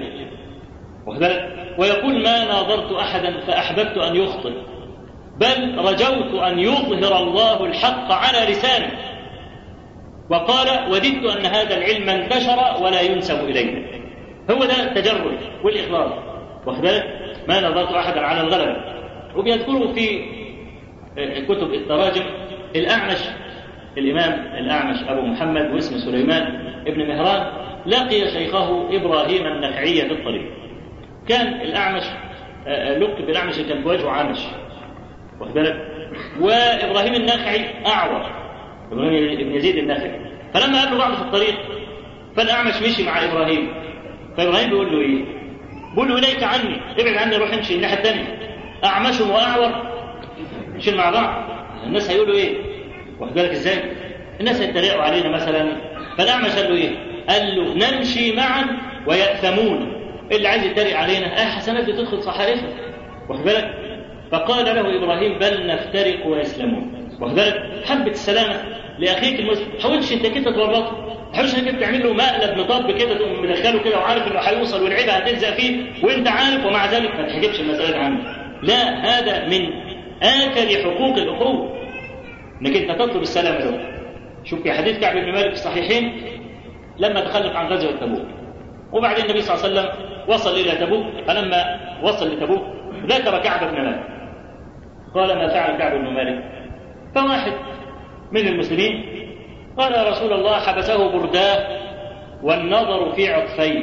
ويقول: ما ناظرت أحدا فأحببت أن يخطئ، بل رجوت أن يظهر الله الحق على لسانه. وقال وددت أن هذا العلم انتشر ولا ينسب إلينا. هو ده التجرد والإخلاص، واخد بالك؟ ما نظرت أحدا على الغلبة. وبيذكروا في كتب التراجم الأعمش، الإمام الأعمش أبو محمد واسمه سليمان ابن مهران، لقي شيخه إبراهيم النخعي في الطريق. كان الأعمش لقب الأعمش كان في وجهه عامش، واخد بالك؟ وإبراهيم النخعي أعور، إبراهيم بن يزيد النخعي. فلما قابلوا بعض في الطريق فالأعمش مشي مع إبراهيم، فإبراهيم بيقول له إيه؟ بيقول له إليك عني، ابعد عني، روح امشي الناحية الثانية. أعمش وأعور مشي مع بعض، الناس هيقولوا إيه؟ واخد بالك إزاي؟ الناس هيتريقوا علينا مثلا. فالأعمش قال له إيه؟ قال له نمشي معا ويأثمون، اللي عايز يتريق علينا حسنات بتدخل صحائفه، واخد بالك؟ فقال له إبراهيم بل نفترق ويسلمون، واخد بالك؟ حبة السلامة لأخيك المسلم، ما تحاولش أنت كده تورطه، ما تحاولش أنت تعمل له مقلب مطب كده تقوم مدخله كده وعارف إنه هيوصل والعيبة هتلزق فيه وأنت عارف، ومع ذلك ما تحجبش المسألة عنه. لا، هذا من آكل حقوق الأخوة إنك أنت تطلب السلامة له. شوف في حديث كعب بن مالك في الصحيحين لما تخلف عن غزوة تبوك، وبعدين النبي صلى الله عليه وسلم وصل إلى تبوك، فلما وصل لتبوك ذكر كعب بن مالك، قال ما فعل كعب بن مالك؟ فواحد من المسلمين قال يا رسول الله حبسه برداه والنظر في عطفيه.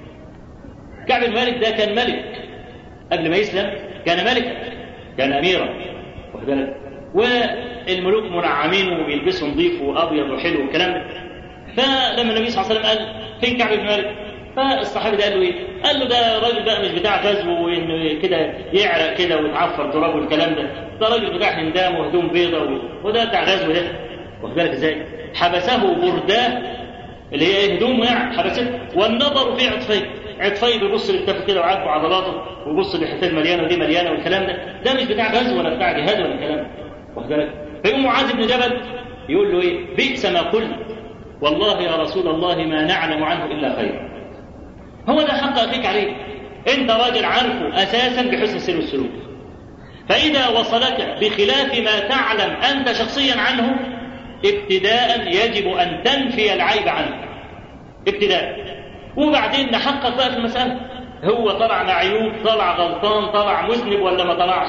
كعب بن مالك ده كان ملك قبل ما يسلم، كان ملكا، كان أميرا، واخد بالك؟ والملوك منعمين وبيلبسوا نظيف وأبيض وحلو والكلام ده. فلما النبي صلى الله عليه وسلم قال فين كعب بن مالك؟ فالصحابي ده قال له ايه؟ قال له ده راجل بقى مش بتاع غزو وانه كده يعرق كده ويتعفر تراب والكلام ده، ده راجل بتاع هندام وهدوم بيضاء وده بتاع غزو ده، واخد بالك ازاي؟ حبسه برداه اللي هي هدومه يعني حبسته، والنظر في عطفيه، عطفيه بيبص للكتف كده وعاجبه عضلاته ويبص للحتات مليانه ودي مليانه والكلام ده مش بتاع غزو ولا بتاع جهاد ولا الكلام ده، واخد بالك؟ فيقوم معاذ بن جبل يقول له ايه؟ بئس ما قلت والله يا رسول الله ما نعلم عنه الا خيرا. هو ده حق أخيك عليه، أنت راجل عارفه أساسا بحسن السير والسلوك، فإذا وصلك بخلاف ما تعلم أنت شخصيا عنه ابتداء يجب أن تنفي العيب عنه ابتداء، وبعدين نحقق بقى في المسألة، هو طلع معيوب، طلع غلطان، طلع مذنب ولا ما طلعش؟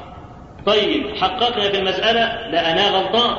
طيب حققنا في المسألة لا أنا غلطان،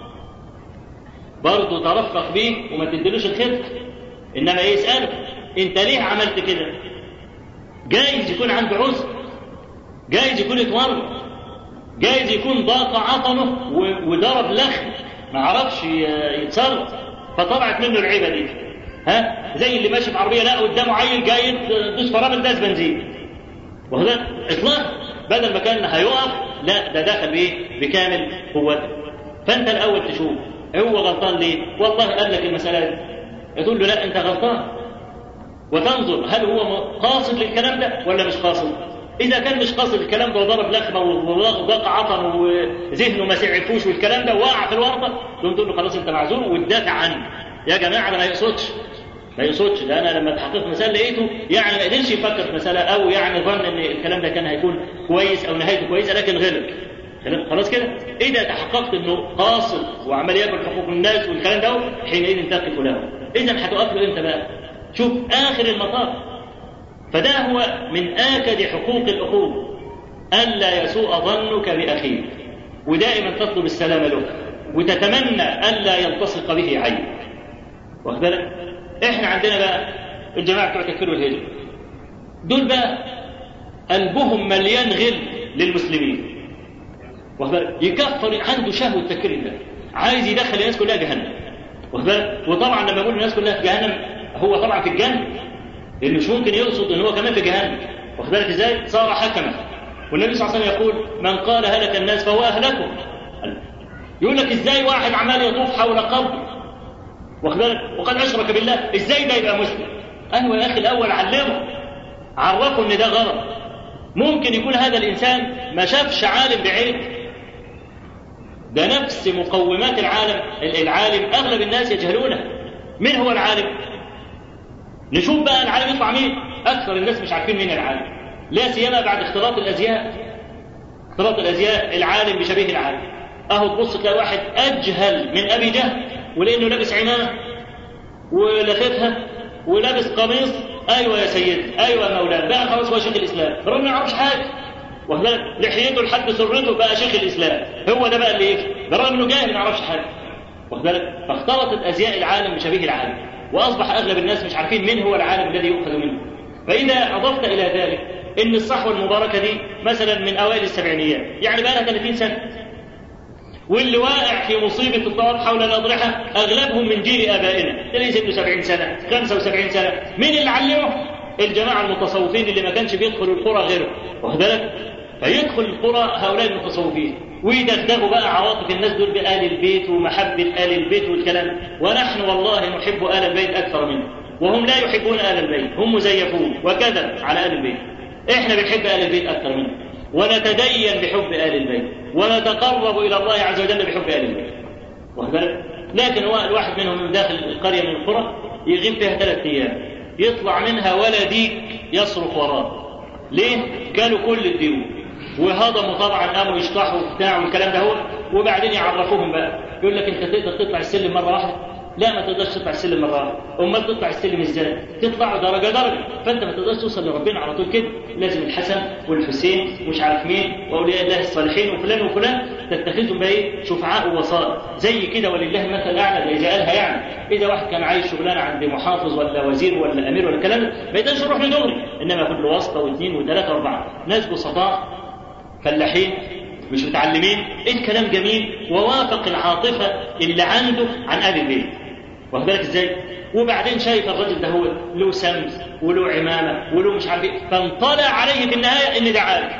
برضه ترفق بيه وما تدلوش الخير، إنما يسأله انت ليه عملت كده؟ جايز يكون عنده عذر، جايز يكون اتورط، جايز يكون ضاق عطنه وضرب لخم ما عرفش يتصرف فطلعت منه العيبه دي. زي اللي ماشي في عربيه لقى قدامه عيل جاي دوس فرامل داس بنزين، وهذا اطلاق، بدل ما كان هيقف لا ده دخل بايه؟ بكامل قوته. فانت الاول تشوف هو غلطان ليه؟ والله قال لك المساله دي، تقول له لا انت غلطان، وتنظر هل هو قاصد للكلام ده ولا مش قاصد. إذا كان مش قاصد الكلام ده وضرب لخمة وضاق عطن وذهنه ما سعفوش والكلام ده وقع في الورطة، تقول له خلاص أنت معذور وتدافع عنه. يا جماعة ده ما يقصدش، ده أنا لما تحققت مسألة لقيته يعني ما قدرش يفكر في مسألة، أو يعني ظن إن الكلام ده كان هيكون كويس أو نهايته كويسة لكن غلط. خلاص كده إذا تحققت إنه قاصد وعمال ياكل حقوق الناس والكلام ده حينئذ تقف له. إذا هتقف له أنت بقى، شوف آخر المطاف. فده هو من آكد حقوق الأخوة، ألا يسوء ظنك بأخيك، ودائما تطلب السلام له وتتمنى ألا يلتصق به عيب. واخد بالك؟ إحنا عندنا بقى الجماعة بتوع تكفير والهجرة دول بقى قلبهم مليان غل للمسلمين، واخد بالك؟ يكفر، عنده شهوة تكفير الله، عايز يدخل الناس كلها جهنم، واخد بالك؟ وطبعا لما يقول الناس كلها في جهنم هو طبعا في الجنة، لأنه مش ممكن يقصد ان هو كمان في جهنم، واخد بالك ازاي؟ صار حكما. والنبي صلى الله عليه وسلم يقول من قال هلك الناس فهو اهلكهم. يقول لك ازاي واحد عمال يطوف حول قبر، واخد بالك؟ وقد اشرك بالله، ازاي ده يبقى مسلم؟ ايوه يا اخي الاول علمه، عرفه ان ده غلط. ممكن يكون هذا الانسان ما شافش عالم بعينه، ده نفس مقومات العالم اغلب الناس يجهلونها. من هو العالم؟ نشوف بقى العالم يطلع مين. اكثر الناس مش عارفين مين العالم، لا سيما بعد اختلاط الازياء العالم بشبيه العالم. اهو تبص تلاقي واحد اجهل من ابي جهل ولانه لابس عمامه ولففها ولابس قميص، ايوه يا سيدي، ايوه يا مولانا، بقى خلاص هو شيخ الاسلام، رغم ما يعرفش حاجه، واخد لحيته لحد سرته بقى شيخ الاسلام، هو ده بقى اللي يفهم، برغم انه جاهل ما يعرفش حاجه، واخد بالك؟ فاختلطت ازياء العالم بشبيه العالم، واصبح اغلب الناس مش عارفين من هو العالم الذي يؤخذ منه. فاذا اضفت الى ذلك ان الصحوه المباركه دي مثلا من اوائل السبعينيات، يعني بقى لها 30 سنه، واللي واقع في مصيبه الطواف حول الاضرحه اغلبهم من جيل ابائنا، اللي سنه 70 سنه 75 سنه. مين اللي علمه؟ الجماعه المتصوفين اللي ما كانش بيدخلوا القرى غيره، واخد بالك؟ فيدخل القرى هؤلاء المتصوفين ويدغدغوا بقى عواطف الناس دول بآل البيت ومحبه آل البيت والكلام، ونحن والله نحب آل البيت اكثر منهم، وهم لا يحبون آل البيت، هم مزيفون وكذب على آل البيت. احنا بنحب آل البيت اكثر منهم، ونتدين بحب آل البيت، ونتقرب إلى الله عز وجل بحب آل البيت، واخد بالك؟ لكن هو الواحد منهم من داخل القرية من القرى يغيب فيها 3 أيام، يطلع منها ولا ديك يصرخ وراه. ليه؟ كانوا كل الديون وهضموا طبعا، قاموا يشطحوا بتاع والكلام ده هو، وبعدين يعرفوهم بقى، يقول لك انت تقدر تطلع السلم مرة واحدة؟ لا، ما تقدرش تطلع السلم مرة واحدة. امال تطلع السلم ازاي؟ تطلع درجة درجة، فانت ما تقدرش توصل لربنا على طول كده، لازم الحسن والحسين ومش عارف مين واولياء الله الصالحين وفلان وفلان تتخذهم بقى ايه؟ شفعاء ووسائط زي كده، ولله المثل الاعلى اذا قالها. يعني اذا واحد كان عايش شغلانه عند محافظ ولا وزير ولا امير ولا الكلام ده ما يقدرش يروح لدغري، انما ياخد له واسطه واثنين وثلاثه واربعه، ناس بسطاء فلاحين مش متعلمين، الكلام جميل ووافق العاطفه اللي عنده عن اهل البيت، واخد بالك ازاي؟ وبعدين شايف الرجل ده هو له سمس وله عمامه وله مش عارف ايه، فانطلع عليه في النهايه ان ده عالم،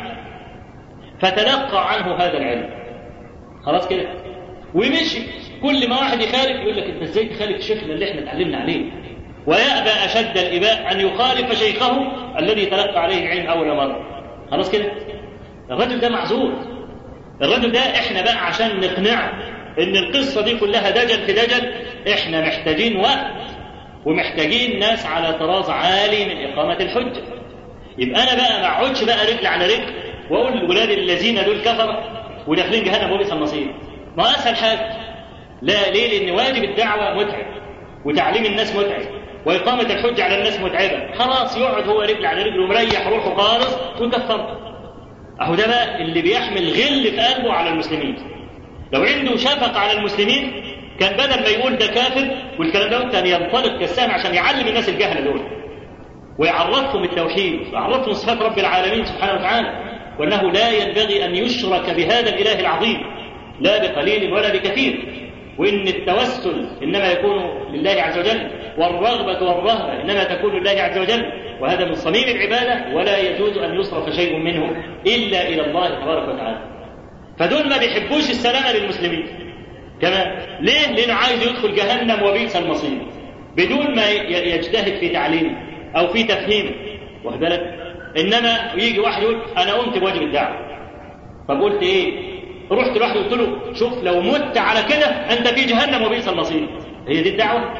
فتلقى عنه هذا العلم، خلاص كده ومشي. كل ما واحد يخالف يقول لك انت ازاي تخالف شيخنا اللي احنا اتعلمنا عليه، ويأبى اشد الاباء ان يخالف شيخه الذي تلقى عليه العلم اول مره، خلاص كده. الرجل ده معذور، الرجل ده احنا بقى عشان نقنعه ان القصه دي كلها دجل في دجل، احنا محتاجين وقت ومحتاجين ناس على طراز عالي من اقامه الحجه. يبقى انا بقى ما اقعدش بقى رجل على رجل واقول لولاد الذين دول كفر وداخلين جهنم وبئس المصير، ما اسهل حاجه. لا، ليه؟ لان واجب الدعوه متعب، وتعليم الناس متعب، واقامه الحجه على الناس متعبه، خلاص يقعد هو رجل على رجل ومريح روحه خالص وكفر. اهو ده بقى اللي بيحمل غل في قلبه على المسلمين. لو عنده شفقه على المسلمين كان بدل ما يقول ده كافر والكلام ده كان ينطلق كالسهم عشان يعلم الناس الجهله دول ويعرفهم التوحيد ويعرفهم صفات رب العالمين سبحانه وتعالى، وانه لا ينبغي ان يشرك بهذا الاله العظيم لا بقليل ولا بكثير، وان التوسل انما يكون لله عز وجل، والرغبه والرهبه انما تكون لله عز وجل، وهذا من صميم العباده، ولا يجوز ان يصرف شيء منه الا الى الله تبارك وتعالى. فدول ما بيحبوش السلامه للمسلمين كمان. ليه؟ لانه عايز يدخل جهنم وبئس المصير بدون ما يجتهد في تعليمه او في تفهيمه، واخد بالك؟ انما يجي واحد يقول انا قمت بواجب الدعوه، طب قلت ايه؟ رحت لواحد قلت له شوف لو مت على كده انت في جهنم وبئس المصير. هي دي الدعوه؟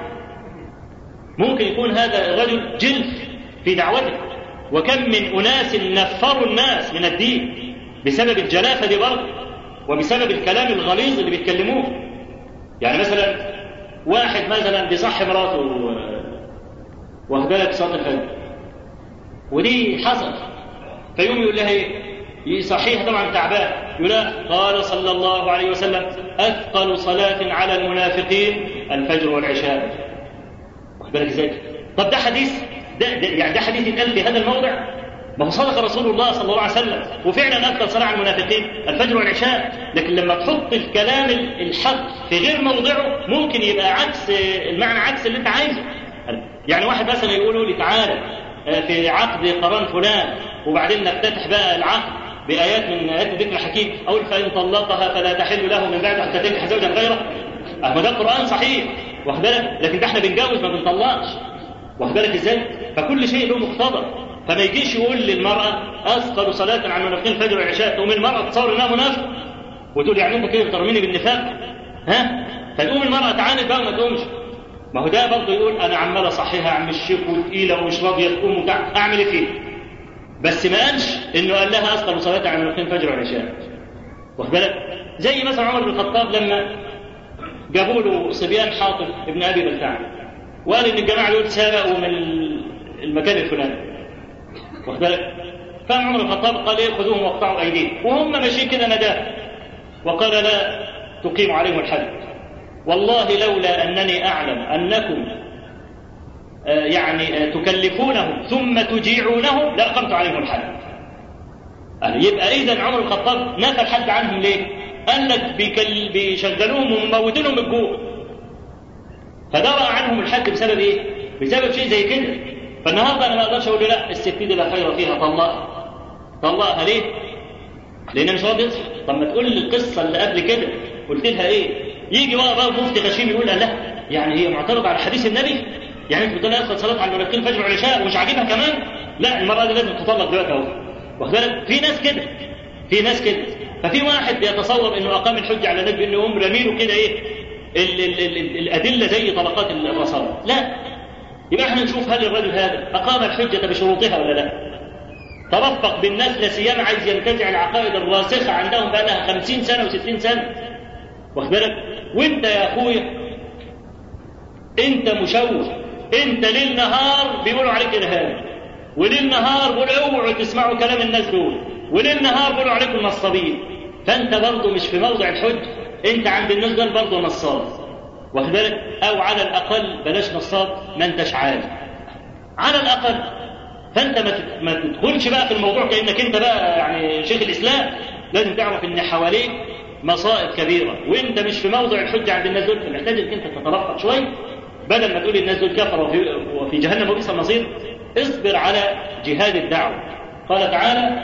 ممكن يكون هذا الرجل جلف في دعوته، وكم من اناس نفروا الناس من الدين بسبب الجلافه دي برضه، وبسبب الكلام الغليظ اللي بيتكلموه. يعني مثلا واحد مثلا بيصحي مراته واخد بالك صلاه الفجر، ودي حصل، فيقوم يقول لها ايه؟ يصحيها طبعا تعبان، يقول لها قال صلى الله عليه وسلم اثقل صلاه على المنافقين الفجر والعشاء. واخد بالك ازاي؟ طب ده حديث يعني ده حديث يتقال في هذا الموضع؟ ما هو صدق رسول الله صلى الله عليه وسلم، وفعلا اثقل صلاه على المنافقين الفجر والعشاء، لكن لما تحط الكلام الحق في غير موضعه ممكن يبقى عكس المعنى، عكس اللي انت عايزه. يعني واحد مثلا يقولوا لي تعالى في عقد قران فلان، وبعدين نفتتح بقى العقد بايات من ايات الذكر الحكيم، اقول فان طلقها فلا تحل له من بعد حتى تنكح زوجا غيره. ما ده القران صحيح، واخد بالك؟ لكن ده احنا بنجوز ما بنطلقش، واخد بالك ازاي؟ فكل شيء له مقتضى، فما يجيش يقول للمراه اثقل صلاه على المنافقين الفجر والعشاء، تقوم المراه تصور انها منافق وتقول يعني انت كده بترميني بالنفاق، ها؟ فتقوم المراه تعاند بقى وما تقومش. ما هو ده برضه يقول انا عمال اصحيها يا عم الشيخ وتقيله ومش راضيه تقوم وبتاع، اعمل ايه فيه؟ بس ما قالش انه قال لها اثقل صلاه على المنافقين الفجر والعشاء، واخد بالك؟ زي مثلا عمر بن الخطاب لما جابوا له صبيان حاطب ابن أبي بلتعة وقال إن الجماعة دول سرقوا من المكان الفلاني، واخد بالك؟ فعمر الخطاب قال إيه خذوهم واقطعوا أيديهم، وهم ماشيين كده نداه وقال لا تقيم عليهم الحد، والله لولا أنني أعلم أنكم يعني تكلفونهم ثم تجيعونهم لأقمت عليهم الحد. يبقى إذن عمر الخطاب نفى الحد عنهم ليه؟ قال لك بيشغلوهم ومموتونهم الجوع، فدرأ عنهم الحد بسبب إيه؟ بسبب شيء زي كده. فالنهارده أنا ما أقدرش أقول له لا الست دي لا خير فيها طلقها ليه؟ لأن مش راضي يصحى. طب ما تقول لي القصة اللي قبل كده قلت لها إيه؟ يجي بقى مفتي غشيم يقول لا يعني هي معترضة على حديث النبي؟ يعني أنت بتقول لها يدخل صلاة على المنافقين الفجر والعشاء ومش عاجبها كمان؟ لا المرأة دي لازم تطلق دلوقتي أهو. واخد بالك؟ في ناس كده ففي واحد بيتصور إنه أقام الحجة على النبي إنه يقوم رميله كده إيه؟ الأدلة زي طبقات الرصاص. لا، يبقى احنا نشوف هل الرجل هذا أقام الحجة بشروطها ولا لا؟ ترفق بالناس لا سيما عايز ينتزع العقائد الراسخة عندهم بقى لها 50 سنة و60 سنة. واخد بالك؟ وانت يا اخويا انت مشوه، انت ليل نهار بيقولوا عليك ارهابي، وليل نهار بيقولوا اوعوا تسمعوا كلام الناس دول، وليل نهار بيقولوا عليكم نصابين، فانت برضه مش في موضع الحج، انت عند الناس دول برضه نصاب. واخد بالك؟ او على الاقل بلاش نصاب ما انتش عارف على الاقل. فانت ما تدخلش بقى في الموضوع كانك انت بقى يعني شيخ الاسلام، لازم تعرف ان حواليك مصائب كبيره وانت مش في موضع الحجه عند الناس دول، فمحتاج انك انت تترفق شويه بدل ما تقول الناس دول كفروا وفي جهنم وبئس المصير. اصبر على جهاد الدعوه. قال تعالى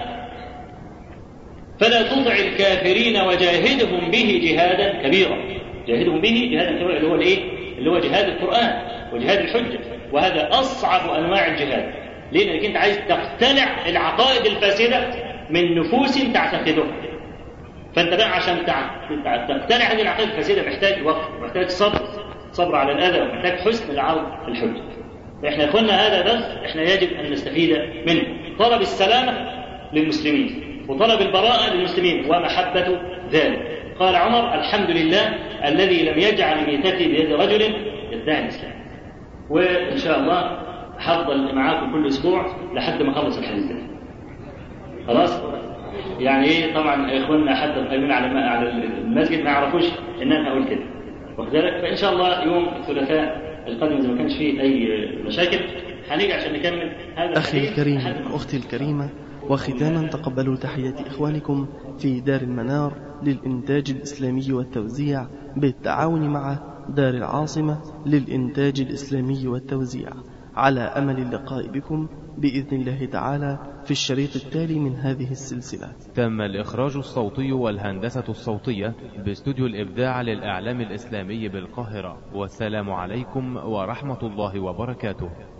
فلا تطع الكافرين وجاهدهم به جهادا كبيرا. جاهدهم به جهادا كبيرا اللي هو الايه؟ اللي هو جهاد القران وجهاد الحجه، وهذا اصعب انواع الجهاد. ليه؟ لأنك أنت عايز تقتلع العقائد الفاسدة من نفوس تعتقدها. فأنت بقى عشان تقتلع هذه العقائد الفاسدة محتاج وقت، محتاج صبر على الأذى، ومحتاج حسن العرض الحجة. فإحنا يا إخوانا هذا درس إحنا يجب أن نستفيد منه. طلب السلامة للمسلمين وطلب البراءة للمسلمين ومحبة ذلك. قال عمر الحمد لله الذي لم يجعل ميتتي بيد رجل يدعي الإسلام. وإن شاء الله هفضل معاكم كل اسبوع لحد ما اخلص الحديث ده. خلاص؟ يعني ايه طبعا اخواننا حتى القائمين على المسجد ما يعرفوش ان انا هقول كده. واخد بالك؟ فان شاء الله يوم الثلاثاء القادم اذا ما كانش فيه اي مشاكل هنيجي عشان نكمل هذا. اخي الكريم واختي الكريمه، وختاما تقبلوا تحيات اخوانكم في دار المنار للإنتاج الإسلامي والتوزيع بالتعاون مع دار العاصمة للإنتاج الإسلامي والتوزيع، على أمل اللقاء بكم بإذن الله تعالى في الشريط التالي من هذه السلسلة. تم الإخراج الصوتي والهندسة الصوتية باستوديو الإبداع للإعلام الإسلامي بالقاهرة. والسلام عليكم ورحمة الله وبركاته.